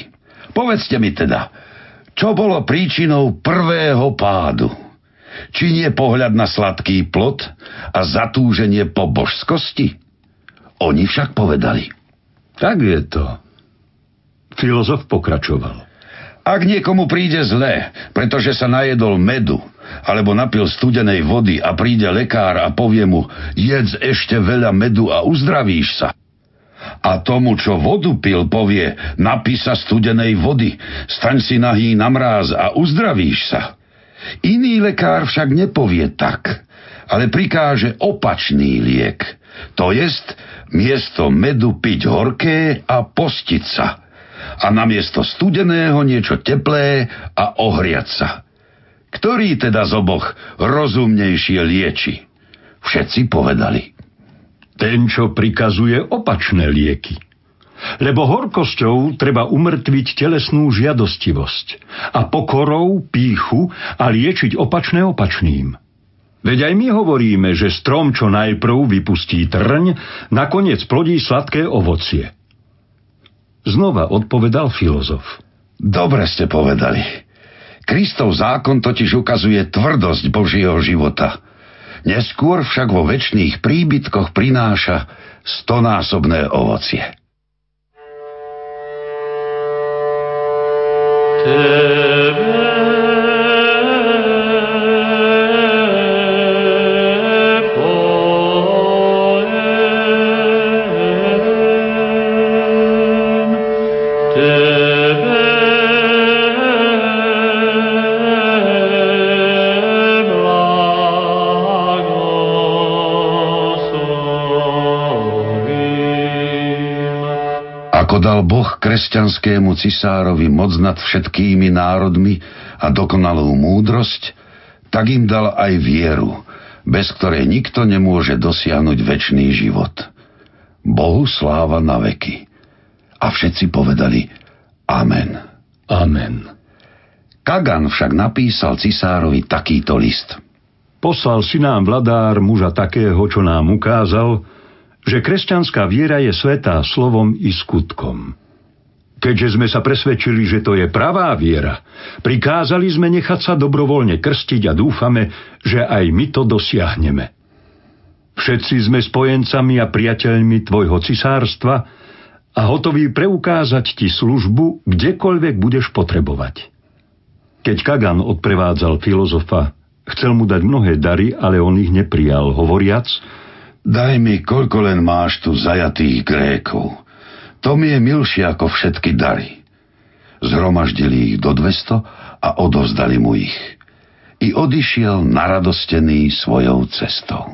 Povedzte mi teda, čo bolo príčinou prvého pádu? Či nie pohľad na sladký plod a zatúženie po božskosti? Oni však povedali. Tak je to. Filozof pokračoval. Ak niekomu príde zle, pretože sa najedol medu, alebo napil studenej vody a príde lekár a povie mu, jedz ešte veľa medu a uzdravíš sa. A tomu, čo vodu pil, povie, napí sa studenej vody, staň si nahý na mráz a uzdravíš sa. Iný lekár však nepovie tak, ale prikáže opačný liek, to jest miesto medu piť horké a postiť sa, a namiesto studeného niečo teplé a ohriať sa. Ktorý teda z oboch rozumnejšie lieči? Všetci povedali. Ten, čo prikazuje opačné lieky. Lebo horkosťou treba umrtviť telesnú žiadostivosť a pokorou pýchu a liečiť opačné opačným. Veď aj my hovoríme, že strom, čo najprv vypustí trň, nakoniec plodí sladké ovocie. Znova odpovedal filozof. Dobre ste povedali. Kristov zákon totiž ukazuje tvrdosť Božieho života. Neskôr však vo večných príbytkoch prináša stonásobné ovocie. Ako dal Boh kresťanskému cisárovi moc nad všetkými národmi a dokonalú múdrosť, tak im dal aj vieru, bez ktorej nikto nemôže dosiahnuť večný život. Bohu sláva na veky. A všetci povedali Amen. Amen. Kagan však napísal cisárovi takýto list. Poslal si nám vladár muža takého, čo nám ukázal, že kresťanská viera je svätá slovom i skutkom. Keďže sme sa presvedčili, že to je pravá viera, prikázali sme nechať sa dobrovoľne krstiť a dúfame, že aj my to dosiahneme. Všetci sme spojencami a priateľmi tvojho cisárstva a hotoví preukázať ti službu, kdekoľvek budeš potrebovať. Keď Kagan odprevádzal filozofa, chcel mu dať mnohé dary, ale on ich neprijal, hovoriac: Daj mi, koľko len máš tu zajatých Grékov. To mi je milšie ako všetky dary. Zhromaždili ich do dvesto a odovzdali mu ich. I odišiel naradostený svojou cestou.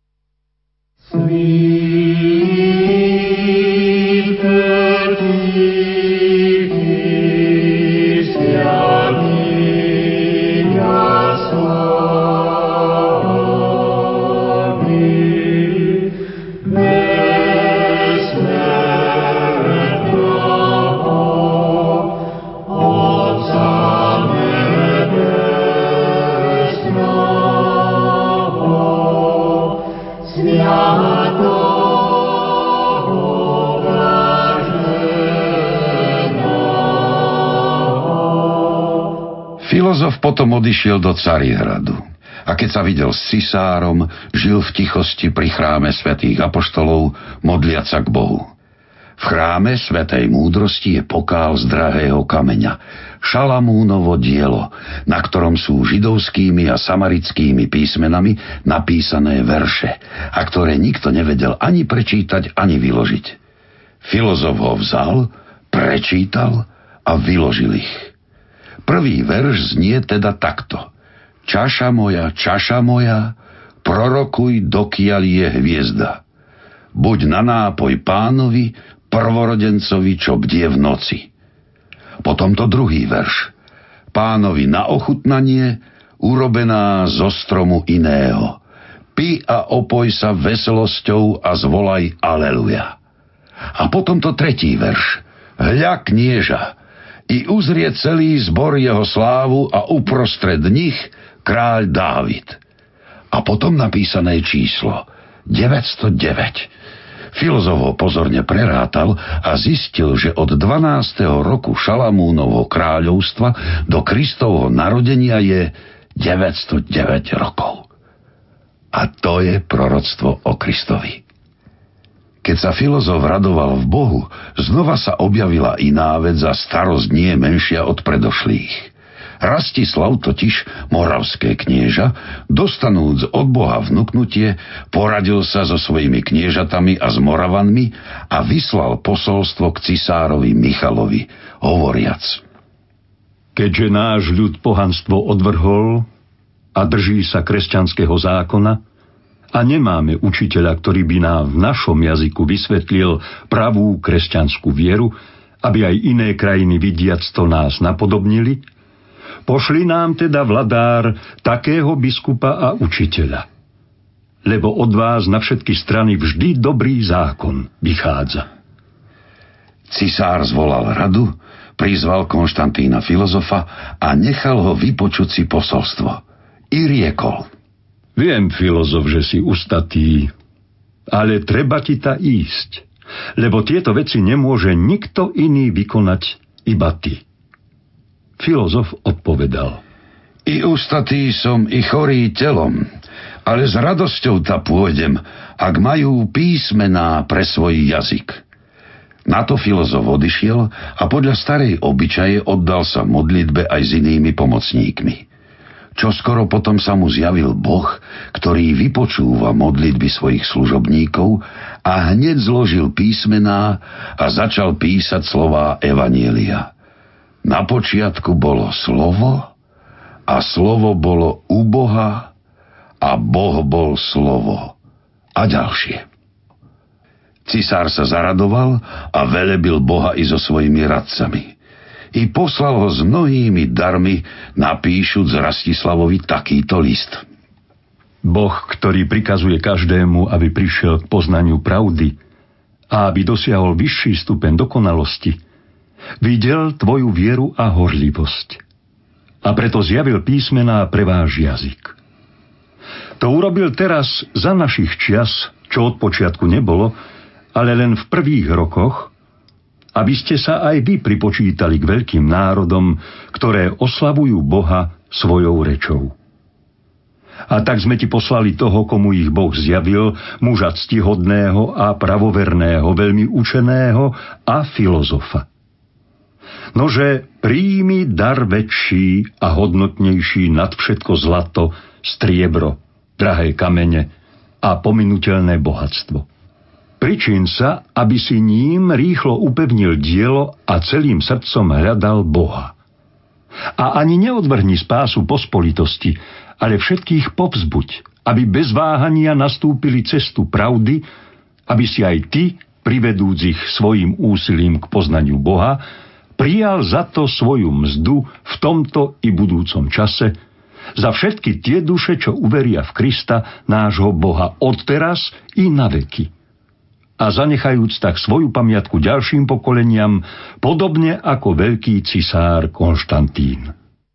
Filozof potom odišiel do Carihradu a keď sa videl s cisárom, žil v tichosti pri chráme svätých apoštolov, modliac sa k Bohu. V chráme svätej múdrosti je pokál z drahého kameňa, Šalamúnovo dielo, na ktorom sú židovskými a samarickými písmenami napísané verše, a ktoré nikto nevedel ani prečítať, ani vyložiť. Filozof ho vzal, prečítal a vyložil ich. Prvý verš znie teda takto. Čaša moja, čaša moja, prorokuj, dokiaľ je hviezda. Buď na nápoj Pánovi, prvorodencovi, čo bdie v noci. Potom to druhý verš. Pánovi na ochutnanie, urobená zo stromu iného. Pi a opoj sa veselosťou a zvolaj aleluja. A potom to tretí verš. Hľa knieža, i uzrie celý zbor jeho slávu a uprostred nich kráľ Dávid. A potom napísané číslo deväťsto deväť. Filozof ho pozorne prerátal a zistil, že od dvanásteho roku Šalamúnovho kráľovstva do Kristovho narodenia je deväťstodeväť rokov. A to je proroctvo o Kristovi. Keď sa filozof radoval v Bohu, znova sa objavila iná vec a starosť nie je menšia od predošlých. Rastislav totiž, moravské knieža, dostanúc od Boha vnuknutie, poradil sa so svojimi kniežatami a s Moravanmi a vyslal posolstvo k cisárovi Michalovi, hovoriac: Keďže náš ľud pohanstvo odvrhol a drží sa kresťanského zákona a nemáme učiteľa, ktorý by nám v našom jazyku vysvetlil pravú kresťanskú vieru, aby aj iné krajiny vidiac to nás napodobnili, pošli nám teda vladár takého biskupa a učiteľa, lebo od vás na všetky strany vždy dobrý zákon vychádza. Cisár zvolal radu, prizval Konštantína filozofa a nechal ho vypočuť si posolstvo. I riekol: Viem, filozof, že si ustatý, ale treba ti ta ísť, lebo tieto veci nemôže nikto iný vykonať, iba ty. Filozof odpovedal: I ustatý som, i chorý telom, ale s radosťou ta pôjdem, ak majú písmená pre svoj jazyk. Na to filozof odišiel a podľa starej obyčaje oddal sa modlitbe aj s inými pomocníkmi. Čo skoro potom sa mu zjavil Boh, ktorý vypočúva modlitby svojich služobníkov, a hneď zložil písmená a začal písať slová Evanielia. Na počiatku bolo slovo a slovo bolo u Boha a Boh bol slovo. A ďalšie. Cisár sa zaradoval a velebil Boha i so svojimi radcami. I poslal ho s mnohými darmi, napíšuc Rastislavovi takýto list. Boh, ktorý prikazuje každému, aby prišiel k poznaniu pravdy a aby dosiahol vyšší stupeň dokonalosti, videl tvoju vieru a horlivosť a preto zjavil písmená pre váš jazyk. To urobil teraz za našich čias, čo od počiatku nebolo, ale len v prvých rokoch, aby ste sa aj vy pripočítali k veľkým národom, ktoré oslavujú Boha svojou rečou. A tak sme ti poslali toho, komu ich Boh zjavil, muža ctihodného a pravoverného, veľmi učeného a filozofa. Nože príjmi dar väčší a hodnotnejší nad všetko zlato, striebro, drahé kamene a pominuteľné bohatstvo. Pričín sa, aby si ním rýchlo upevnil dielo a celým srdcom hľadal Boha. A ani neodvrhni spásu pospolitosti, ale všetkých povzbuď, aby bez váhania nastúpili cestu pravdy, aby si aj ty, privedúc ich svojim úsilím k poznaniu Boha, prijal za to svoju mzdu v tomto i budúcom čase, za všetky tie duše, čo uveria v Krista, nášho Boha, odteraz i na veky. A zanechajúc tak svoju pamiatku ďalším pokoleniam, podobne ako veľký cisár Konštantín.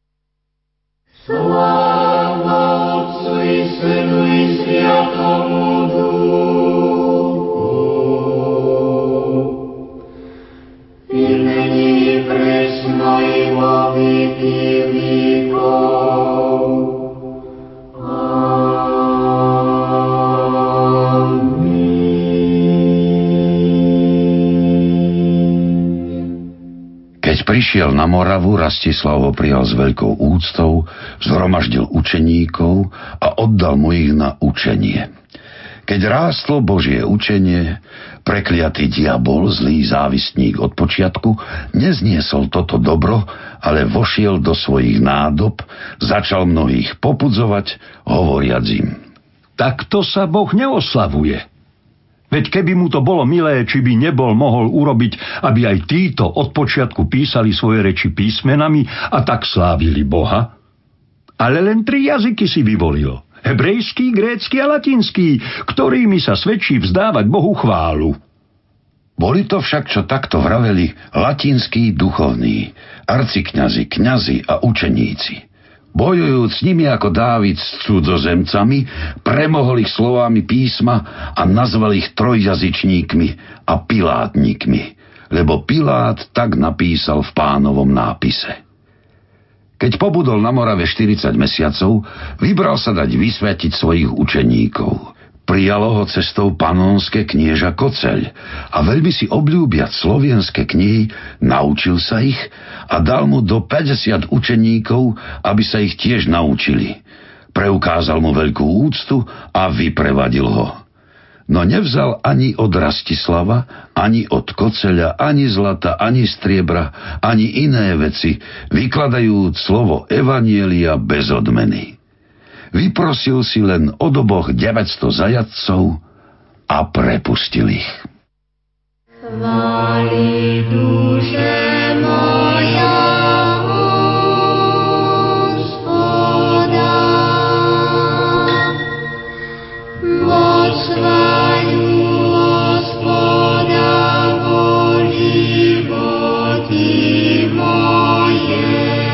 Sláva Otcu i Synu i Sviatomu Duchu, i nyní presno i vo veky vekov. Keď prišiel na Moravu, Rastislav ho prijal s veľkou úctou, zhromaždil učeníkov a oddal mu ich na učenie. Keď rástlo Božie učenie, prekliatý diabol, zlý závistník od počiatku, nezniesol toto dobro, ale vošiel do svojich nádob, začal mnohých popudzovať, hovoriac im: Takto sa Boh neoslavuje. Veď keby mu to bolo milé, či by nebol mohol urobiť, aby aj títo od počiatku písali svoje reči písmenami a tak slávili Boha? Ale len tri jazyky si vyvolil. Hebrejský, grécky a latinský, ktorými sa svedčí vzdávať Bohu chválu. Boli to však, čo takto vraveli, latinskí duchovní, arcikňazi, kňazi a učeníci. Bojujúc s nimi ako Dávid s cudzozemcami, premohol ich slovami písma a nazval ich trojjazyčníkmi a pilátnikmi, lebo Pilát tak napísal v Pánovom nápise. Keď pobudol na Morave štyridsať mesiacov, vybral sa dať vysvetiť svojich učeníkov. Prijalo ho cestou panonské knieža Koceľ a veľmi si obľúbiac slovenské knihy, naučil sa ich a dal mu do päťdesiat učeníkov, aby sa ich tiež naučili. Preukázal mu veľkú úctu a vyprevadil ho. No nevzal ani od Rastislava, ani od Koceľa, ani zlata, ani striebra, ani iné veci, vykladajúc slovo evanjelia bez odmeny. Vyprosil si len od oboch deväťsto zajatcov a prepustil ich. Chváli duše moja Hospoda, moc chváľu Hospoda vo životy moje.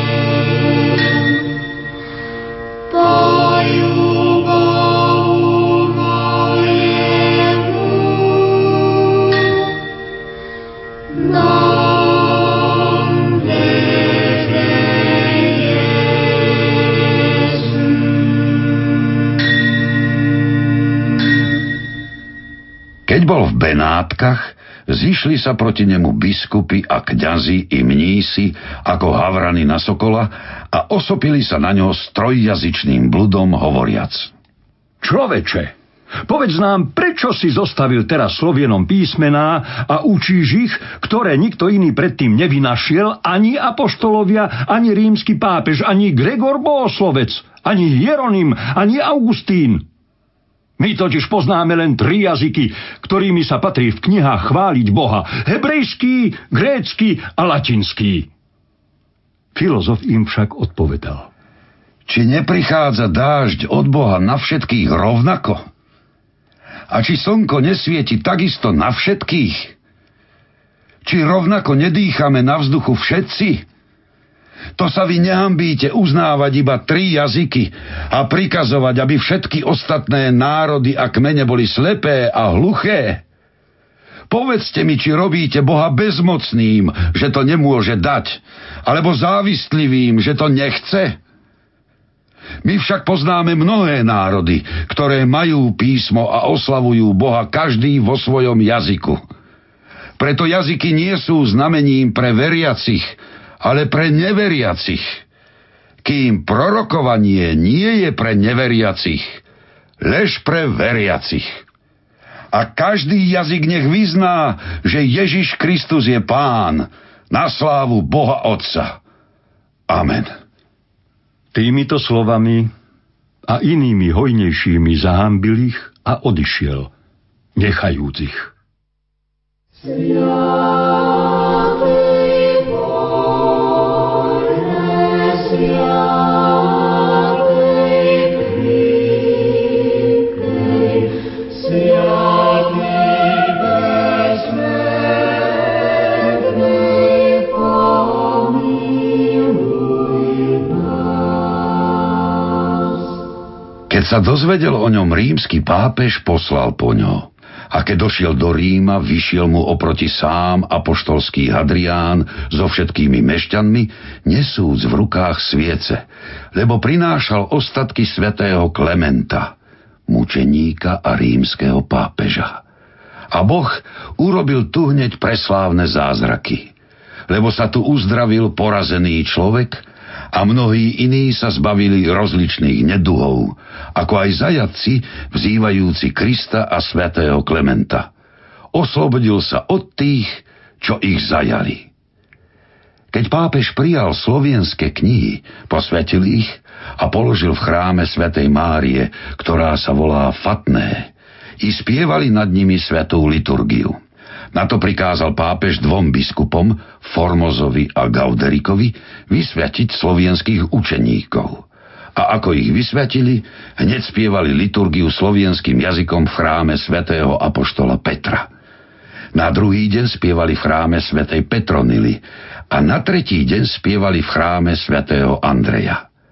Keď bol v Benátkach, zišli sa proti nemu biskupy a kňazi i mnísi ako havrany na sokola a osopili sa na ňo s trojjazyčným bludom hovoriac. Človeče, povedz nám, prečo si zostavil teraz Slovienom písmená a učíš ich, ktoré nikto iný predtým nevynašiel, ani apoštolovia, ani rímsky pápež, ani Gregor Bohoslovec, ani Hieronym, ani Augustín. My totiž poznáme len tri jazyky, ktorými sa patrí v knihách chváliť Boha. Hebrejský, grécky a latinský. Filozof im však odpovedal. Či neprichádza dážď od Boha na všetkých rovnako? A či slnko nesvieti takisto na všetkých? Či rovnako nedýchame na vzduchu všetci? To sa vy nehambíte uznávať iba tri jazyky a prikazovať, aby všetky ostatné národy a kmene boli slepé a hluché? Povedzte mi, či robíte Boha bezmocným, že to nemôže dať, alebo závistlivým, že to nechce? My však poznáme mnohé národy, ktoré majú písmo a oslavujú Boha každý vo svojom jazyku. Preto jazyky nie sú znamením pre veriacich, ale pre neveriacich. Kým prorokovanie nie je pre neveriacich, lež pre veriacich. A každý jazyk nech vyzná, že Ježiš Kristus je Pán, na slávu Boha Otca. Amen. Týmito slovami a inými hojnejšími zahambil ich a odišiel, nechajúc ich. Keď sa dozvedel o ňom rímsky pápež, poslal po ňo. A keď došiel do Ríma, vyšiel mu oproti sám apoštolský Hadrián so všetkými mešťanmi, nesúc v rukách sviece, lebo prinášal ostatky svätého Klementa, mučeníka a rímskeho pápeža. A Boh urobil tu hneď preslávne zázraky, lebo sa tu uzdravil porazený človek a mnohí iní sa zbavili rozličných neduhov, ako aj zajatci vzývajúci Krista a svätého Klementa. Oslobodil sa od tých, čo ich zajali. Keď pápež prijal slovenské knihy, posvätil ich a položil v chráme svätej Márie, ktorá sa volá Fatné, i spievali nad nimi svätú liturgiu. Na to prikázal pápež dvom biskupom, Formozovi a Gauderikovi, vysvätiť slovenských učeníkov. A ako ich vysvätili, hneď spievali liturgiu slovenským jazykom v chráme svätého apoštola Petra. Na druhý deň spievali v chráme svätej Petronily a na tretí deň spievali v chráme svätého Andreja.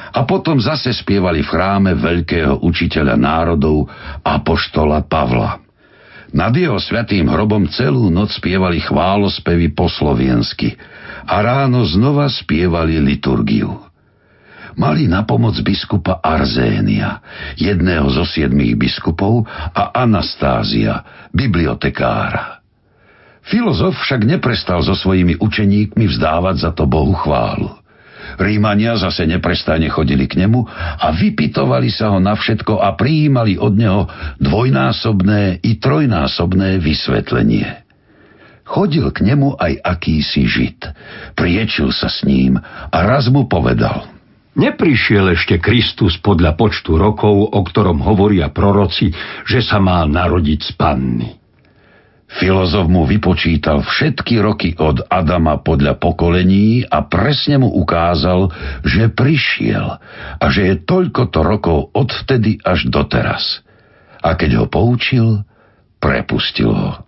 A potom zase spievali v chráme veľkého učiteľa národov, apoštola Pavla. Nad jeho svätým hrobom celú noc spievali chválospevy po sloviensky a ráno znova spievali liturgiu. Mali na pomoc biskupa Arzénia, jedného zo siedmých biskupov, a Anastázia, bibliotekára. Filozof však neprestal so svojimi učeníkmi vzdávať za to Bohu chválu. Rímania zase neprestajne chodili k nemu a vypytovali sa ho na všetko a prijímali od neho dvojnásobné i trojnásobné vysvetlenie. Chodil k nemu aj akýsi Žid. Priečil sa s ním a raz mu povedal: Neprišiel ešte Kristus podľa počtu rokov, o ktorom hovoria proroci, že sa má narodiť z panny. Filozof mu vypočítal všetky roky od Adama podľa pokolení a presne mu ukázal, že prišiel a že je toľkoto rokov odvtedy až doteraz. A keď ho poučil, prepustil ho.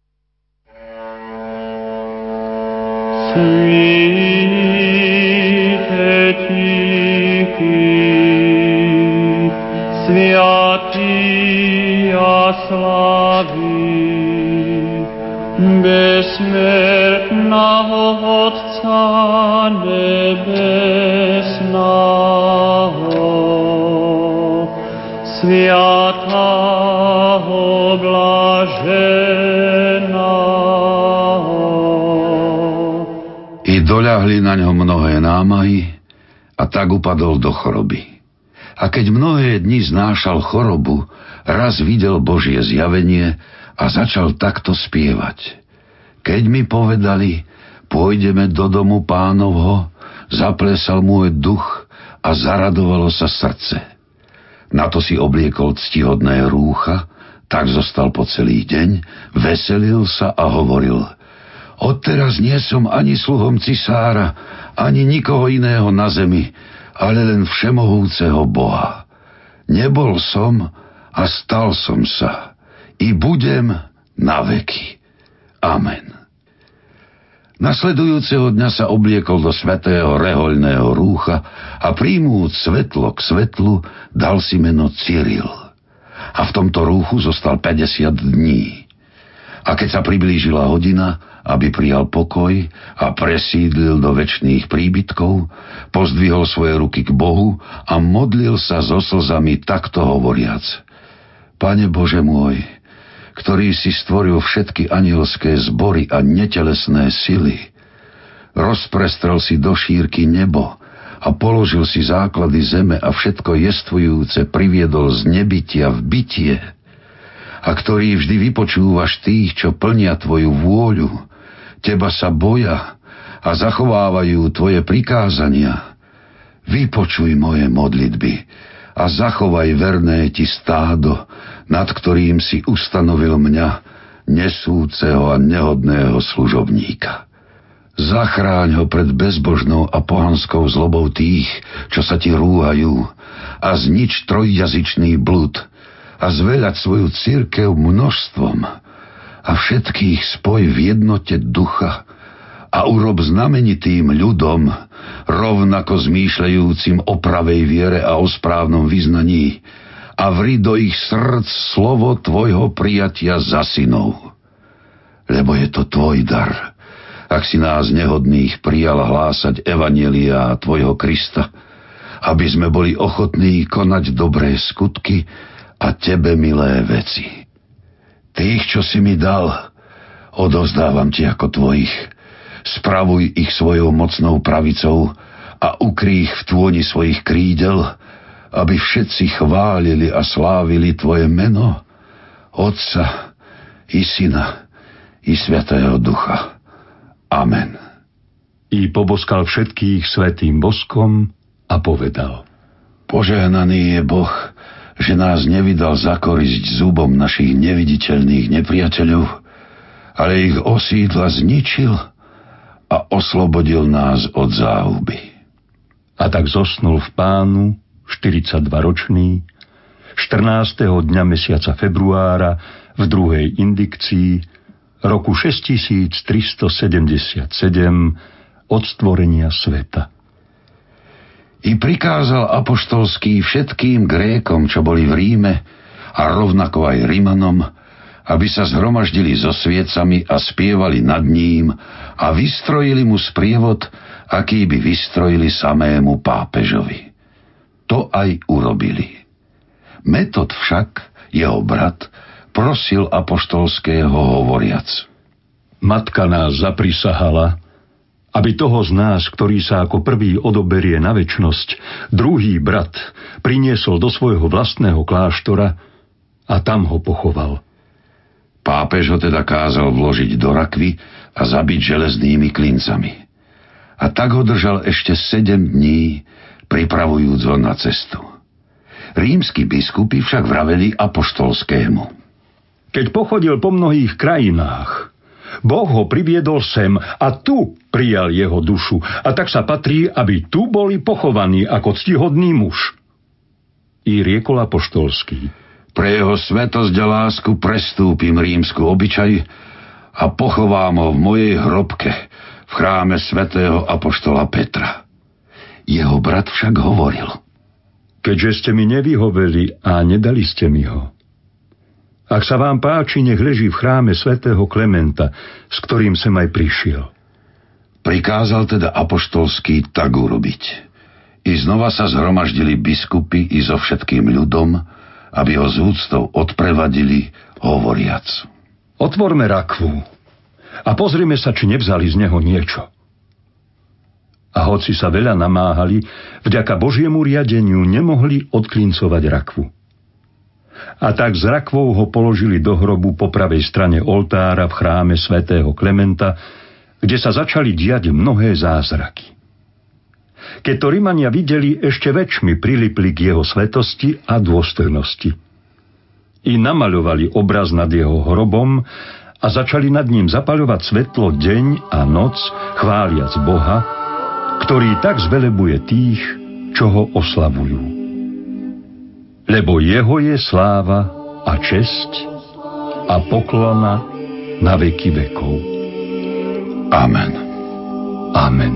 Sviatý a slávy besmrtného Otca nebesného, sviatého blaženého. I doľahli na ňo mnohé námahy a tak upadol do choroby. A keď mnohé dni znášal chorobu, raz videl Božie zjavenie a začal takto spievať. Keď mi povedali, pôjdeme do domu Pánovho, zaplesal môj duch a zaradovalo sa srdce. Na to si obliekol ctihodné rúcha, tak zostal po celý deň, veselil sa a hovoril: Odteraz nie som ani sluhom cisára, ani nikoho iného na zemi, ale len všemohúceho Boha. Nebol som a stal som sa, i budem na veky. Amen. Nasledujúceho dňa sa obliekol do svätého rehoľného rúcha a príjmúc svetlo k svetlu, dal si meno Cyril. A v tomto rúchu zostal päťdesiat dní. A keď sa priblížila hodina, aby prijal pokoj a presídlil do večných príbytkov, pozdvihol svoje ruky k Bohu a modlil sa so slzami takto hovoriac: Pane Bože môj, ktorý si stvoril všetky anielské zbory a netelesné sily, rozprestrel si do šírky nebo a položil si základy zeme a všetko jestvujúce priviedol z nebytia v bytie, a ktorý vždy vypočúvaš tých, čo plnia tvoju vôľu, teba sa boja a zachovávajú tvoje prikázania. Vypočuj moje modlitby a zachovaj verné ti stádo, nad ktorým si ustanovil mňa, nesúceho a nehodného služobníka. Zachráň ho pred bezbožnou a pohanskou zlobou tých, čo sa ti rúhajú, a znič trojjazyčný blud a zveľať svoju cirkev množstvom a všetkých spoj v jednote ducha a urob znamenitým ľudom, rovnako zmýšľajúcim o pravej viere a o správnom vyznaní, a vri do ich srdc slovo tvojho prijatia za synov. Lebo je to tvoj dar, ak si nás nehodných prijal hlásať evanjelia tvojho Krista, aby sme boli ochotní konať dobré skutky a tebe milé veci. Tých, čo si mi dal, odovzdávam ti ako tvojich. Spravuj ich svojou mocnou pravicou a ukrý ich v tôni svojich krídel, aby všetci chválili a slávili tvoje meno, Otca i Syna i Svätého Ducha. Amen. I poboskal všetkých svätým boskom a povedal: Požehnaný je Boh, že nás nevydal za korisť zubom našich neviditeľných nepriateľov, ale ich osídla zničil a oslobodil nás od záhuby. A tak zosnul v Pánu štyridsaťdvaročný, štrnásteho dňa mesiaca februára v druhej indikcii roku šesťtisíctristosedemdesiatsedem od stvorenia sveta. I prikázal apoštolský všetkým Grékom, čo boli v Ríme, a rovnako aj Rimanom, aby sa zhromaždili so sviecami a spievali nad ním a vystrojili mu sprievod, aký by vystrojili samému pápežovi. To aj urobili. Metod však, jeho brat, prosil apoštolského hovoriac: Matka nás zaprisahala, aby toho z nás, ktorý sa ako prvý odoberie na večnosť, druhý brat priniesol do svojho vlastného kláštora a tam ho pochoval. Pápež ho teda kázal vložiť do rakvy a zabiť železnými klincami. A tak ho držal ešte sedem dní, pripravujúc ho na cestu. Rímski biskupy však vraveli apoštolskému: Keď pochodil po mnohých krajinách, Boh ho priviedol sem a tu prijal jeho dušu, a tak sa patrí, aby tu boli pochovaní ako ctihodný muž. I riekol apoštolský: Pre jeho svetosť a lásku prestúpim rímsku obyčaj a pochovám ho v mojej hrobke v chráme svätého apoštola Petra. Jeho brat však hovoril: Keďže ste mi nevyhoveli a nedali ste mi ho, ak sa vám páči, nech leží v chráme svätého Klementa, s ktorým sem aj prišiel. Prikázal teda apoštolský tak urobiť. I znova sa zhromaždili biskupy i so všetkým ľudom, aby ho z úctou odprevadili, hovoriac: Otvorme rakvu a pozrime sa, či nevzali z neho niečo. A hoci sa veľa namáhali, vďaka Božiemu riadeniu nemohli odklincovať rakvu. A tak s rakvou ho položili do hrobu po pravej strane oltára v chráme svätého Klementa, kde sa začali diať mnohé zázraky. Keď to Rimania videli, ešte väčšmi prilipli k jeho svetosti a dôstojnosti. I namaľovali obraz nad jeho hrobom a začali nad ním zapaľovať svetlo deň a noc, chváliac Boha, ktorý tak zvelebuje tých, čo ho oslavujú. Lebo jeho je sláva a česť a poklona na veky vekov. Amen. Amen.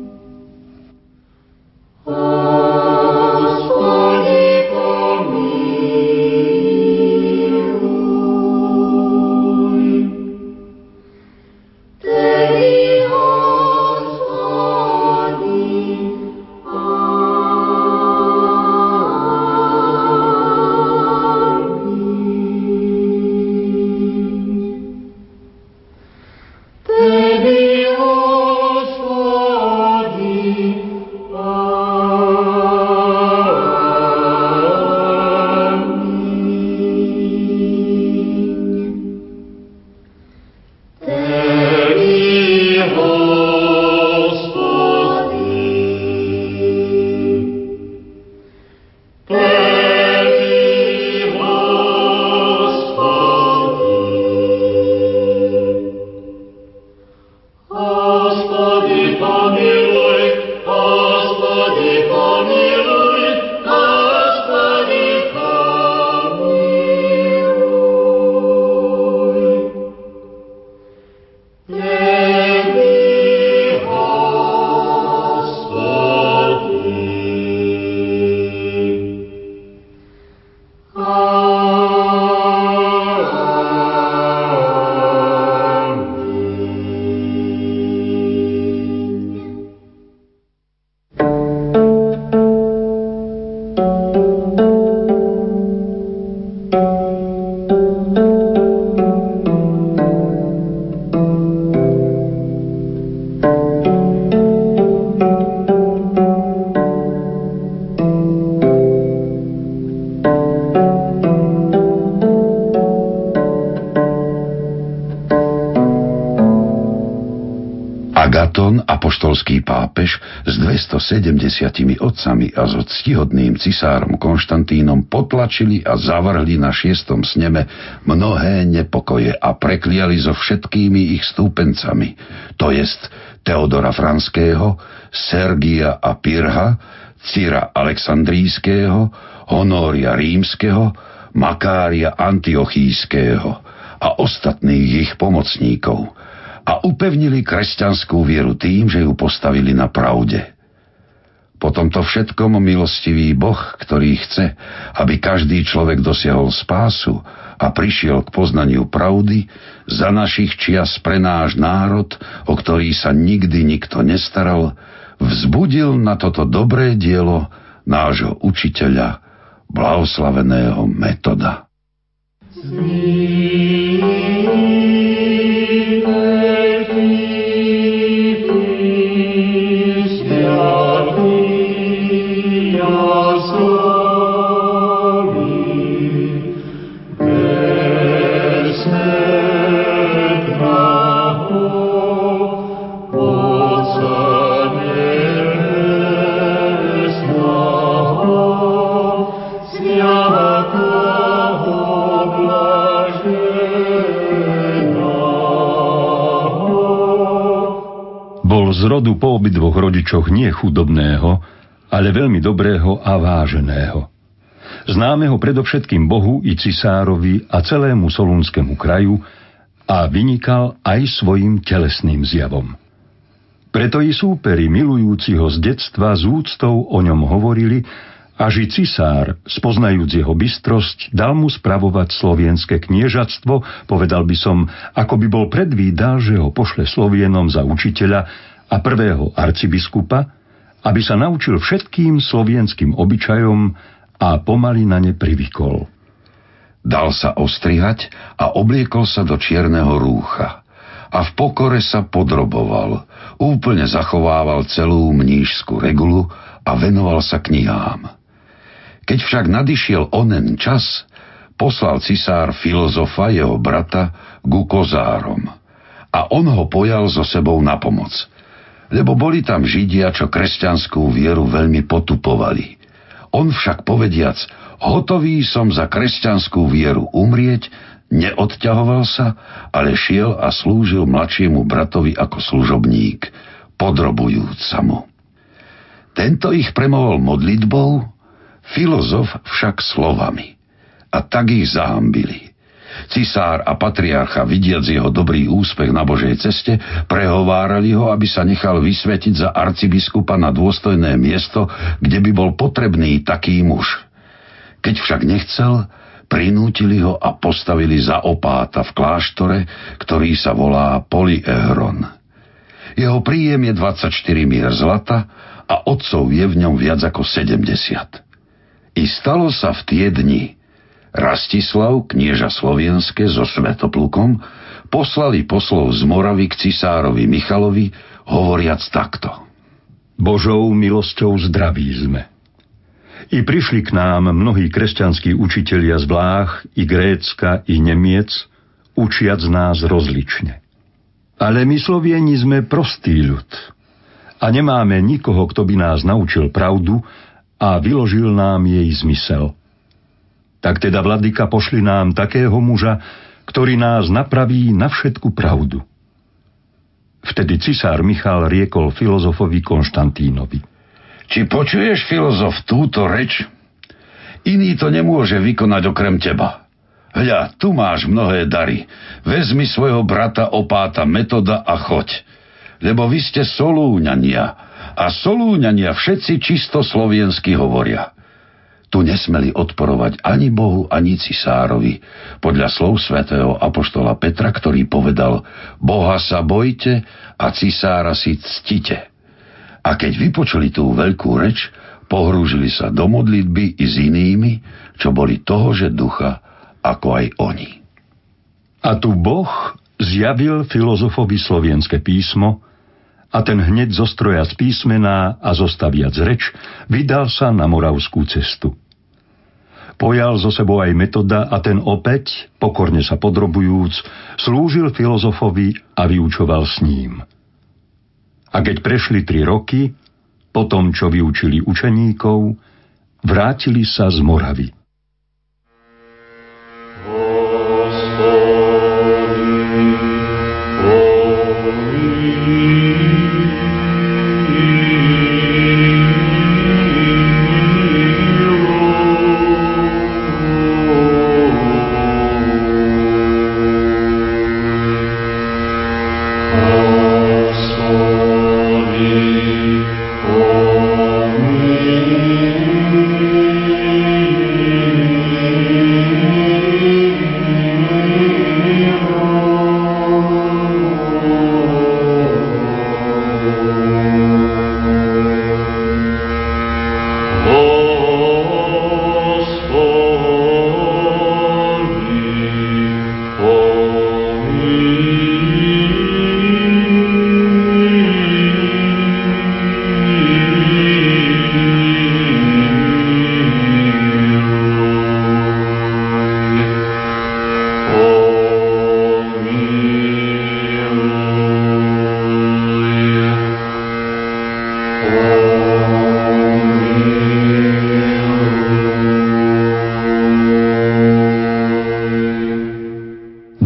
Agaton, apoštolský pápež, s dvestosedemdesiatimi otcami a so ctihodným cisárom Konštantínom potlačili a zavrhli na šiestom sneme mnohé nepokoje a prekliali so všetkými ich stúpencami, to jest Teodora Franského, Sergia a Pirha, Cira Alexandrijského, Honória Rímskeho, Makária Antiochíského a ostatných ich pomocníkov a upevnili kresťanskú vieru tým, že ju postavili na pravde. Po tomto všetkom milostivý Boh, ktorý chce, aby každý človek dosiahol spásu a prišiel k poznaniu pravdy, za našich čias pre náš národ, o ktorý sa nikdy nikto nestaral, vzbudil na toto dobré dielo nášho učiteľa, blahoslaveného Metoda. Z rodu po obidvoch rodičoch nie chudobného, ale veľmi dobrého a váženého. Známeho predovšetkým Bohu i cisárovi a celému solúnskému kraju a vynikal aj svojim telesným zjavom. Preto i súperi milujúci ho z detstva s úctou o ňom hovorili, až i cisár, spoznajúc jeho bystrosť, dal mu spravovať slovenské kniežatstvo, povedal by som, ako by bol predvídal, že ho pošle Slovienom za učiteľa a prvého arcibiskupa, aby sa naučil všetkým slovenským obyčajom a pomaly na ne privykol. Dal sa ostrihať a obliekol sa do čierneho rúcha a v pokore sa podroboval, úplne zachovával celú mníšskú regulu a venoval sa knihám. Keď však nadišiel onen čas, poslal cisár filozofa, jeho brata, ku kozárom a on ho pojal so sebou na pomoc, lebo boli tam Židia, čo kresťanskú vieru veľmi potupovali. On však povediac, hotový som za kresťanskú vieru umrieť, neodťahoval sa, ale šiel a slúžil mladšiemu bratovi ako služobník, podrobujúc sa mu. Tento ich premohol modlitbou, filozof však slovami. A tak ich zahambili. Cisár a patriarcha, vidiac jeho dobrý úspech na Božej ceste, prehovárali ho, aby sa nechal vysvetiť za arcibiskupa na dôstojné miesto, kde by bol potrebný taký muž. Keď však nechcel, prinútili ho a postavili za opáta v kláštore, ktorý sa volá Polyehron. Jeho príjem je dvadsaťštyri mier zlata a otcov je v ňom viac ako sedemdesiat. I stalo sa v tie dni, Rastislav, knieža slovenské so Svätoplukom, poslali poslov z Moravy k cisárovi Michalovi, hovoriac takto. Božou milosťou zdraví sme. I prišli k nám mnohí kresťanskí učitelia z Vlách, i Grécka, i Nemiec, učiac nás rozlične. Ale my Slovieni sme prostý ľud a nemáme nikoho, kto by nás naučil pravdu a vyložil nám jej zmysel. Tak teda, vladyka, pošli nám takého muža, ktorý nás napraví na všetku pravdu. Vtedy cisár Michal riekol filozofovi Konštantínovi. Či počuješ, filozof, túto reč? Iný to nemôže vykonať okrem teba. Hľa, tu máš mnohé dary. Vezmi svojho brata opáta Metoda a choď. Lebo vy ste Solúňania a Solúňania všetci čisto sloviensky hovoria. Tu nesmeli odporovať ani Bohu, ani cisárovi, podľa slov svätého apoštola Petra, ktorý povedal: Boha sa bojte a cisára si ctite. A keď vypočuli tú veľkú reč, pohrúžili sa do modlitby i s inými, čo boli tohože ducha, ako aj oni. A tu Boh zjavil filozofovi slovenské písmo, a ten hneď zostrojac písmená a zostaviac reč, vydal sa na moravskú cestu. Pojal zo sebou aj Metoda a ten opäť, pokorne sa podrobujúc, slúžil filozofovi a vyučoval s ním. A keď prešli tri roky, po tom, čo vyučili učeníkov, vrátili sa z Moravy. Holy, holy.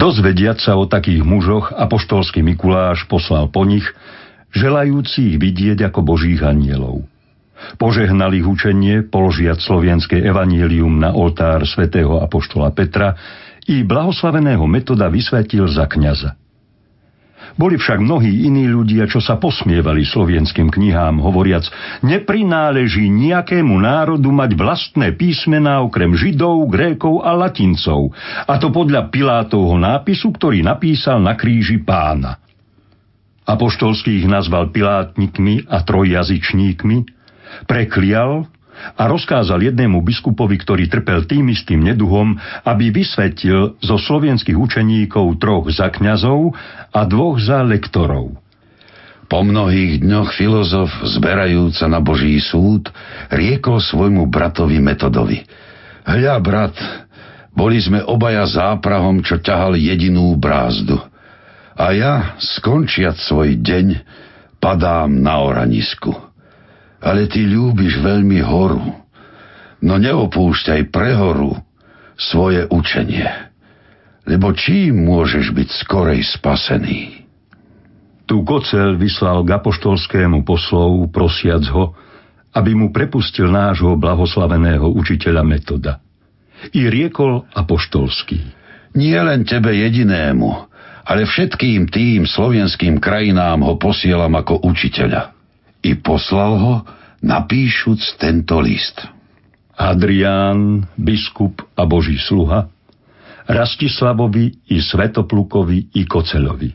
Dozvediať sa o takých mužoch, apoštolský Mikuláš poslal po nich, želajúci ich vidieť ako božích anjelov. Požehnal ich učenie, položiac slovenské evanjelium na oltár svätého apoštola Petra i blahoslaveného Metoda vysvetil za kňaza. Boli však mnohí iní ľudia, čo sa posmievali slovenským knihám, hovoriac, neprináleží nejakému národu mať vlastné písmená okrem Židov, Grékov a Latincov, a to podľa Pilátovho nápisu, ktorý napísal na kríži Pána. Apoštolský ich nazval pilátnikmi a trojjazyčníkmi, preklial a rozkázal jednému biskupovi, ktorý trpel tým istým neduhom, aby vysvetil zo slovenských učeníkov troch za kňazov a dvoch za lektorov. Po mnohých dňoch filozof, zberajúca na Boží súd, riekol svojmu bratovi Metodovi: Hľa, brat, boli sme obaja záprahom, čo ťahal jedinú brázdu. A ja, skončiac svoj deň, padám na oranisku. Ale ty ľúbiš veľmi horu, no neopúšťaj pre horu svoje učenie, lebo čím môžeš byť skorej spasený? Tu Kocel vyslal k apoštolskému poslov, prosiac ho, aby mu prepustil nášho blahoslaveného učiteľa Metoda. I riekol apoštolský: Nie len tebe jedinému, ale všetkým tým slovenským krajinám ho posielam ako učiteľa. I poslal ho, napíšuc tento list. Adrián, biskup a Boží sluha, Rastislavovi i Svetoplukovi i Kocelovi.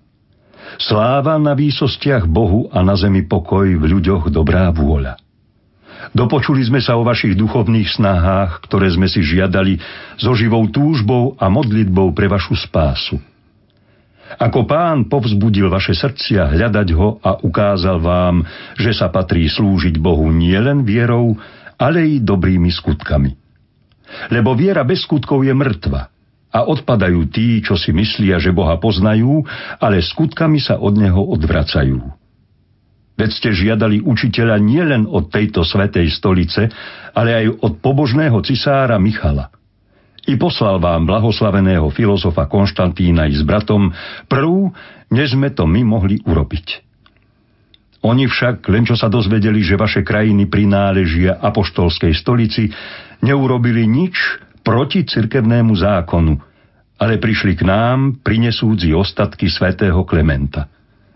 Sláva na výsostiach Bohu a na zemi pokoj, v ľuďoch dobrá vôľa. Dopočuli sme sa o vašich duchovných snahách, ktoré sme si žiadali so živou túžbou a modlitbou pre vašu spásu. Ako Pán povzbudil vaše srdcia hľadať ho a ukázal vám, že sa patrí slúžiť Bohu nielen vierou, ale i dobrými skutkami. Lebo viera bez skutkov je mŕtva a odpadajú tí, čo si myslia, že Boha poznajú, ale skutkami sa od neho odvracajú. Veď ste žiadali učiteľa nielen od tejto svätej stolice, ale aj od pobožného cisára Michala. I poslal vám blahoslaveného filozofa Konštantína i s bratom prv, než sme to my mohli urobiť. Oni však, len čo sa dozvedeli, že vaše krajiny prináležia apoštolskej stolici, neurobili nič proti cirkevnému zákonu, ale prišli k nám, prinesúdzi ostatky svätého Klementa.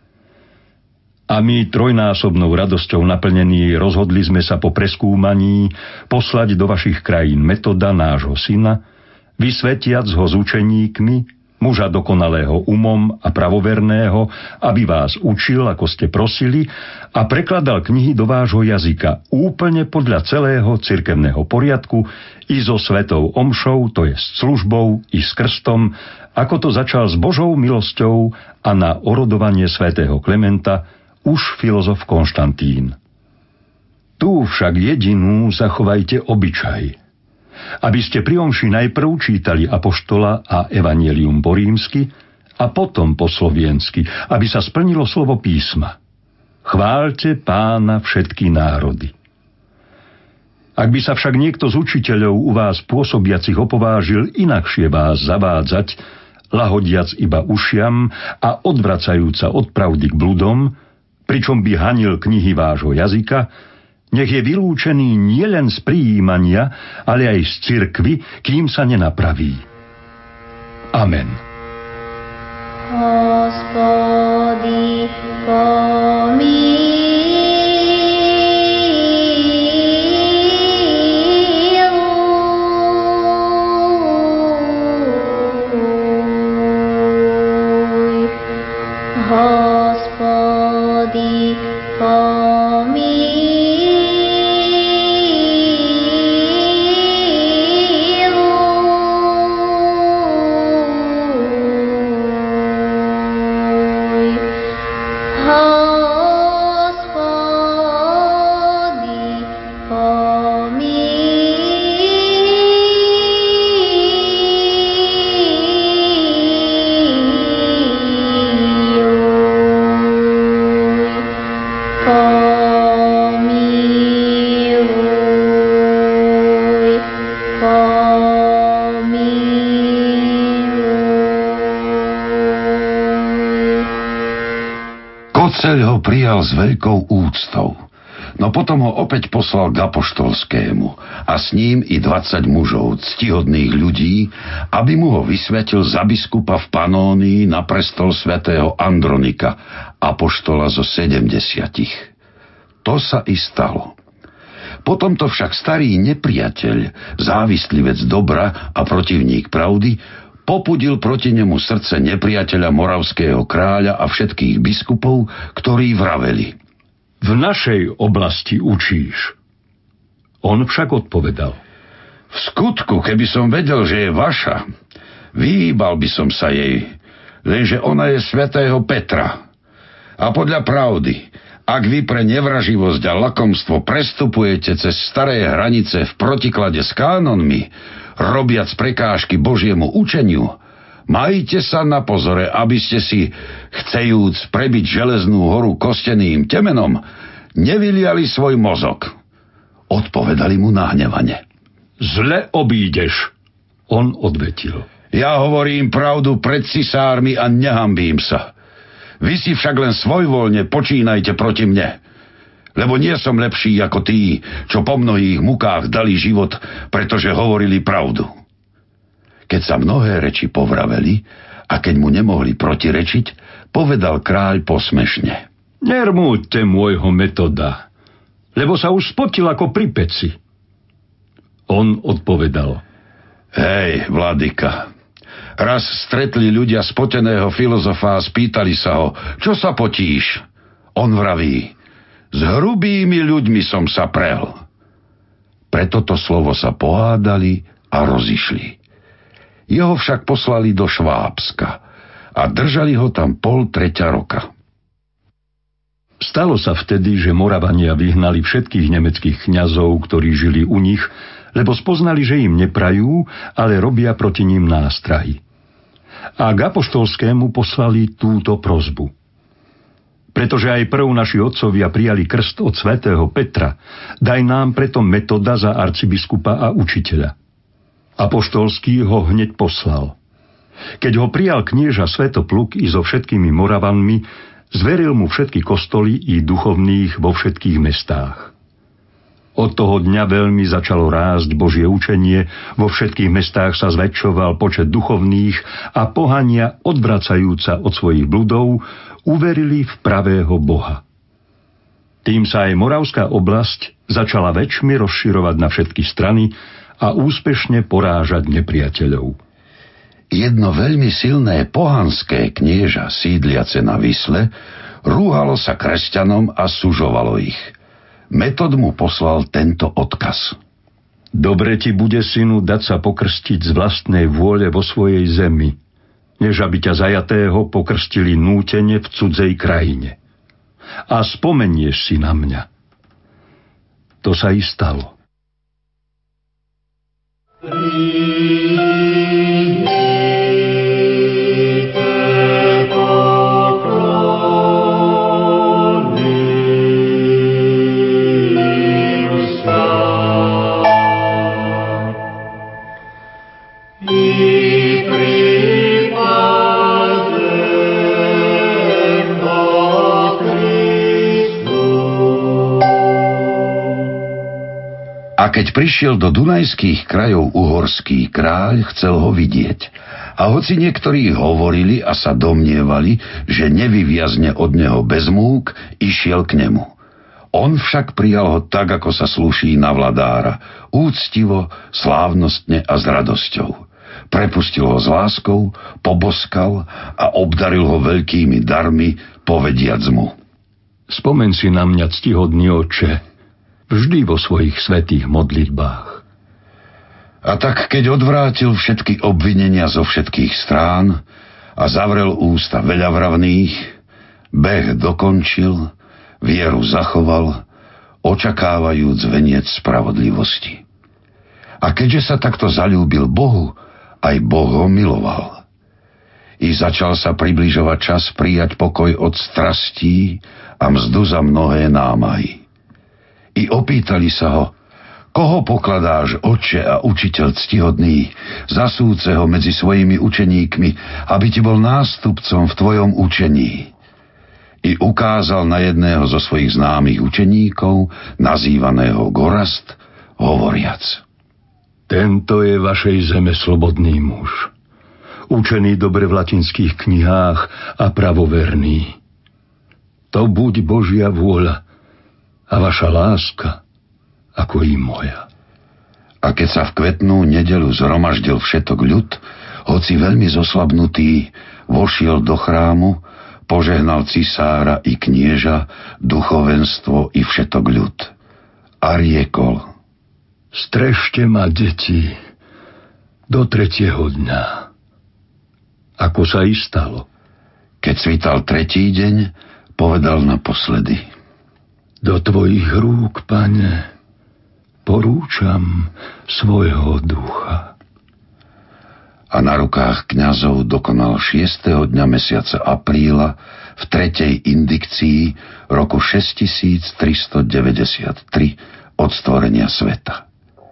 A my trojnásobnou radosťou naplnení rozhodli sme sa po preskúmaní poslať do vašich krajín Metoda, nášho syna, vysvetiac ho s učeníkmi, muža dokonalého umom a pravoverného, aby vás učil, ako ste prosili, a prekladal knihy do vášho jazyka úplne podľa celého cirkevného poriadku i so svetou omšou, to je s službou i s krstom, ako to začal s Božou milosťou a na orodovanie svätého Klementa už filozof Konštantín. Tu však jedinú zachovajte obyčaj, aby ste pri omši najprv čítali apoštola a evanjelium po rímsky a potom po sloviensky, aby sa splnilo slovo písma. Chváľte Pána všetky národy. Ak by sa však niekto z učiteľov u vás pôsobiacich opovážil inakšie vás zavádzať, lahodiac iba ušiam a odvracajúca od pravdy k bludom, pričom by hanil knihy vášho jazyka, nech je vylúčený nielen z prijímania, ale aj z cirkvi, kým sa nenapraví. Amen. Hospody, pomíluj. Hospody, pomíluj. Oh Učiteľ ho prijal s veľkou úctou, no potom ho opäť poslal k apoštolskému a s ním i dvadsať mužov, ctihodných ľudí, aby mu ho vysvetil za biskupa v Panónii na prestol svätého Andronika, apoštola zo sedemdesiatich. To sa i stalo. Potom to však starý nepriateľ, závislivec dobra a protivník pravdy, popudil proti nemu srdce nepriateľa moravského kráľa a všetkých biskupov, ktorí vraveli: V našej oblasti učíš. On však odpovedal: V skutku, keby som vedel, že je vaša, vyhýbal by som sa jej, lenže ona je svätého Petra. A podľa pravdy, ak vy pre nevraživosť a lakomstvo prestupujete cez staré hranice v protiklade s kánonmi, robiac prekážky Božiemu učeniu, majte sa na pozore, aby ste si, chcejúc prebiť železnú horu kosteným temenom, nevyliali svoj mozog. Odpovedali mu nahnevane: Zle obídeš. On odvetil: Ja hovorím pravdu pred cisármi a nehambím sa. Vy si však len svojvoľne počínajte proti mne, lebo nie som lepší ako tí, čo po mnohých mukách dali život, pretože hovorili pravdu. Keď sa mnohé reči povraveli a keď mu nemohli protirečiť, povedal kráľ posmešne: Nermúďte môjho Metoda, lebo sa už spotil ako pri peci. On odpovedal: Hej, vladyka, raz stretli ľudia spoteného filozofa a spýtali sa ho: Čo sa potíš? On vraví: S hrubými ľuďmi som sa prel. Preto to slovo sa pohádali a rozišli. Jeho však poslali do Švábska a držali ho tam pol treťa roka. Stalo sa vtedy, že Moravania vyhnali všetkých nemeckých kňazov, ktorí žili u nich, lebo spoznali, že im neprajú, ale robia proti ním nástrahy. A k apoštolskému poslali túto prosbu: Pretože aj prv naši otcovia prijali krst od svätého Petra, daj nám preto Metoda za arcibiskupa a učiteľa. Apoštolský ho hneď poslal. Keď ho prijal knieža Svetopluk i so všetkými Moravanmi, zveril mu všetky kostoly i duchovných vo všetkých mestách. Od toho dňa veľmi začalo rásť Božie učenie, vo všetkých mestách sa zväčšoval počet duchovných a pohania, odvracajúca od svojich bludov, uverili v pravého Boha. Tým sa aj Moravská oblasť začala väčšmi rozširovať na všetky strany a úspešne porážať nepriateľov. Jedno veľmi silné pohanské knieža, sídliace na Visle, rúhalo sa kresťanom a sužovalo ich. Metod mu poslal tento odkaz: Dobre ti bude, synu, dať sa pokrstiť z vlastnej vôle vo svojej zemi, než aby ťa zajatého pokrstili nútene v cudzej krajine. A spomenieš si na mňa. To sa i stalo. A keď prišiel do dunajských krajov uhorský kráľ, chcel ho vidieť. A hoci niektorí hovorili a sa domnievali, že nevyviazne od neho bez múk, išiel k nemu. On však prijal ho tak, ako sa slúší na vladára, úctivo, slávnostne a s radosťou. Prepustil ho s láskou, poboskal a obdaril ho veľkými darmi, povediac mu: Spomen si na mňa, ctihodný oče, vždy vo svojich svätých modlitbách. A tak, keď odvrátil všetky obvinenia zo všetkých strán a zavrel ústa veľavravných, beh dokončil, vieru zachoval, očakávajúc veniec spravodlivosti. A keďže sa takto zaľúbil Bohu, aj Boh ho miloval. I začal sa približovať čas prijať pokoj od strastí a mzdu za mnohé námahy. I opýtali sa ho: Koho pokladáš, oče a učiteľ ctihodný, zasúceho medzi svojimi učeníkmi, aby ti bol nástupcom v tvojom učení? i ukázal na jedného zo svojich známych učeníkov, nazývaného Gorast, hovoriac: Tento je vašej zeme slobodný muž, učený dobre v latinských knihách a pravoverný. To buď Božia vôľa a vaša láska, ako i moja. A keď sa v kvetnú nedeľu zhromaždil všetok ľud, hoci veľmi zoslabnutý, vošiel do chrámu, požehnal cisára i knieža, duchovenstvo i všetok ľud. A riekol: Strežte ma, deti, do tretieho dňa. Ako sa i stalo. Keď svítal tretí deň, povedal naposledy: Do tvojich rúk, Pane, porúčam svojho ducha. A na rukách kňazov dokonal šiesteho dňa mesiaca apríla v tretej indikcii roku šesťtisíctristodeväťdesiattri od stvorenia sveta.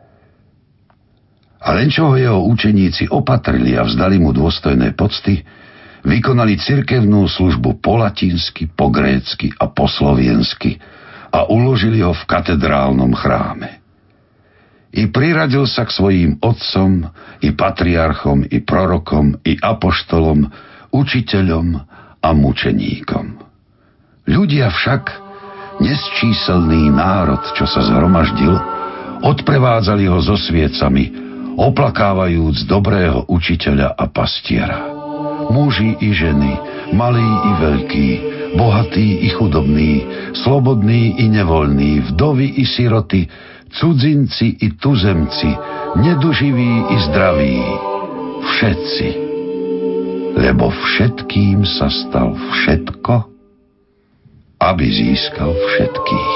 A len čo ho jeho učeníci opatrili a vzdali mu dôstojné pocty, vykonali cirkevnú službu po latinsky, po grécky a po sloviensky a uložili ho v katedrálnom chráme. I priradil sa k svojím otcom, i patriarchom, i prorokom, i apoštolom, učiteľom a mučeníkom. Ľudia však, nesčíselný národ, čo sa zhromaždil, odprevádzali ho so sviecami, oplakávajúc dobrého učiteľa a pastiera. Muži i ženy, malí i veľkí, bohatí i chudobní, slobodní i nevoľní, vdovy i siroty, cudzinci i tuzemci, neduživí i zdraví, všetci. Lebo všetkým sa stal všetko, aby získal všetkých.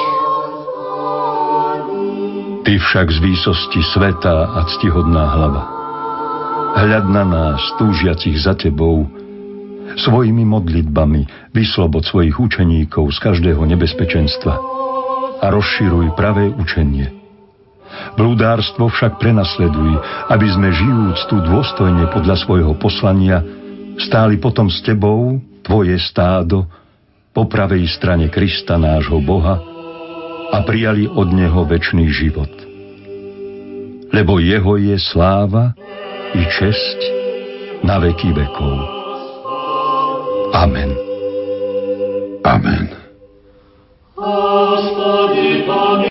Ty však z výsosti sveta a ctihodná hlava, hľad na nás, túžiacich za tebou, svojimi modlitbami vyslobod svojich učeníkov z každého nebezpečenstva a rozširuj pravé učenie. Blúdárstvo však prenasleduj, aby sme žijúc tu dôstojne podľa svojho poslania stáli potom s tebou, tvoje stádo, po pravej strane Krista nášho Boha a prijali od neho večný život. Lebo jeho je sláva i česť na veky vekov. Amen. Amen.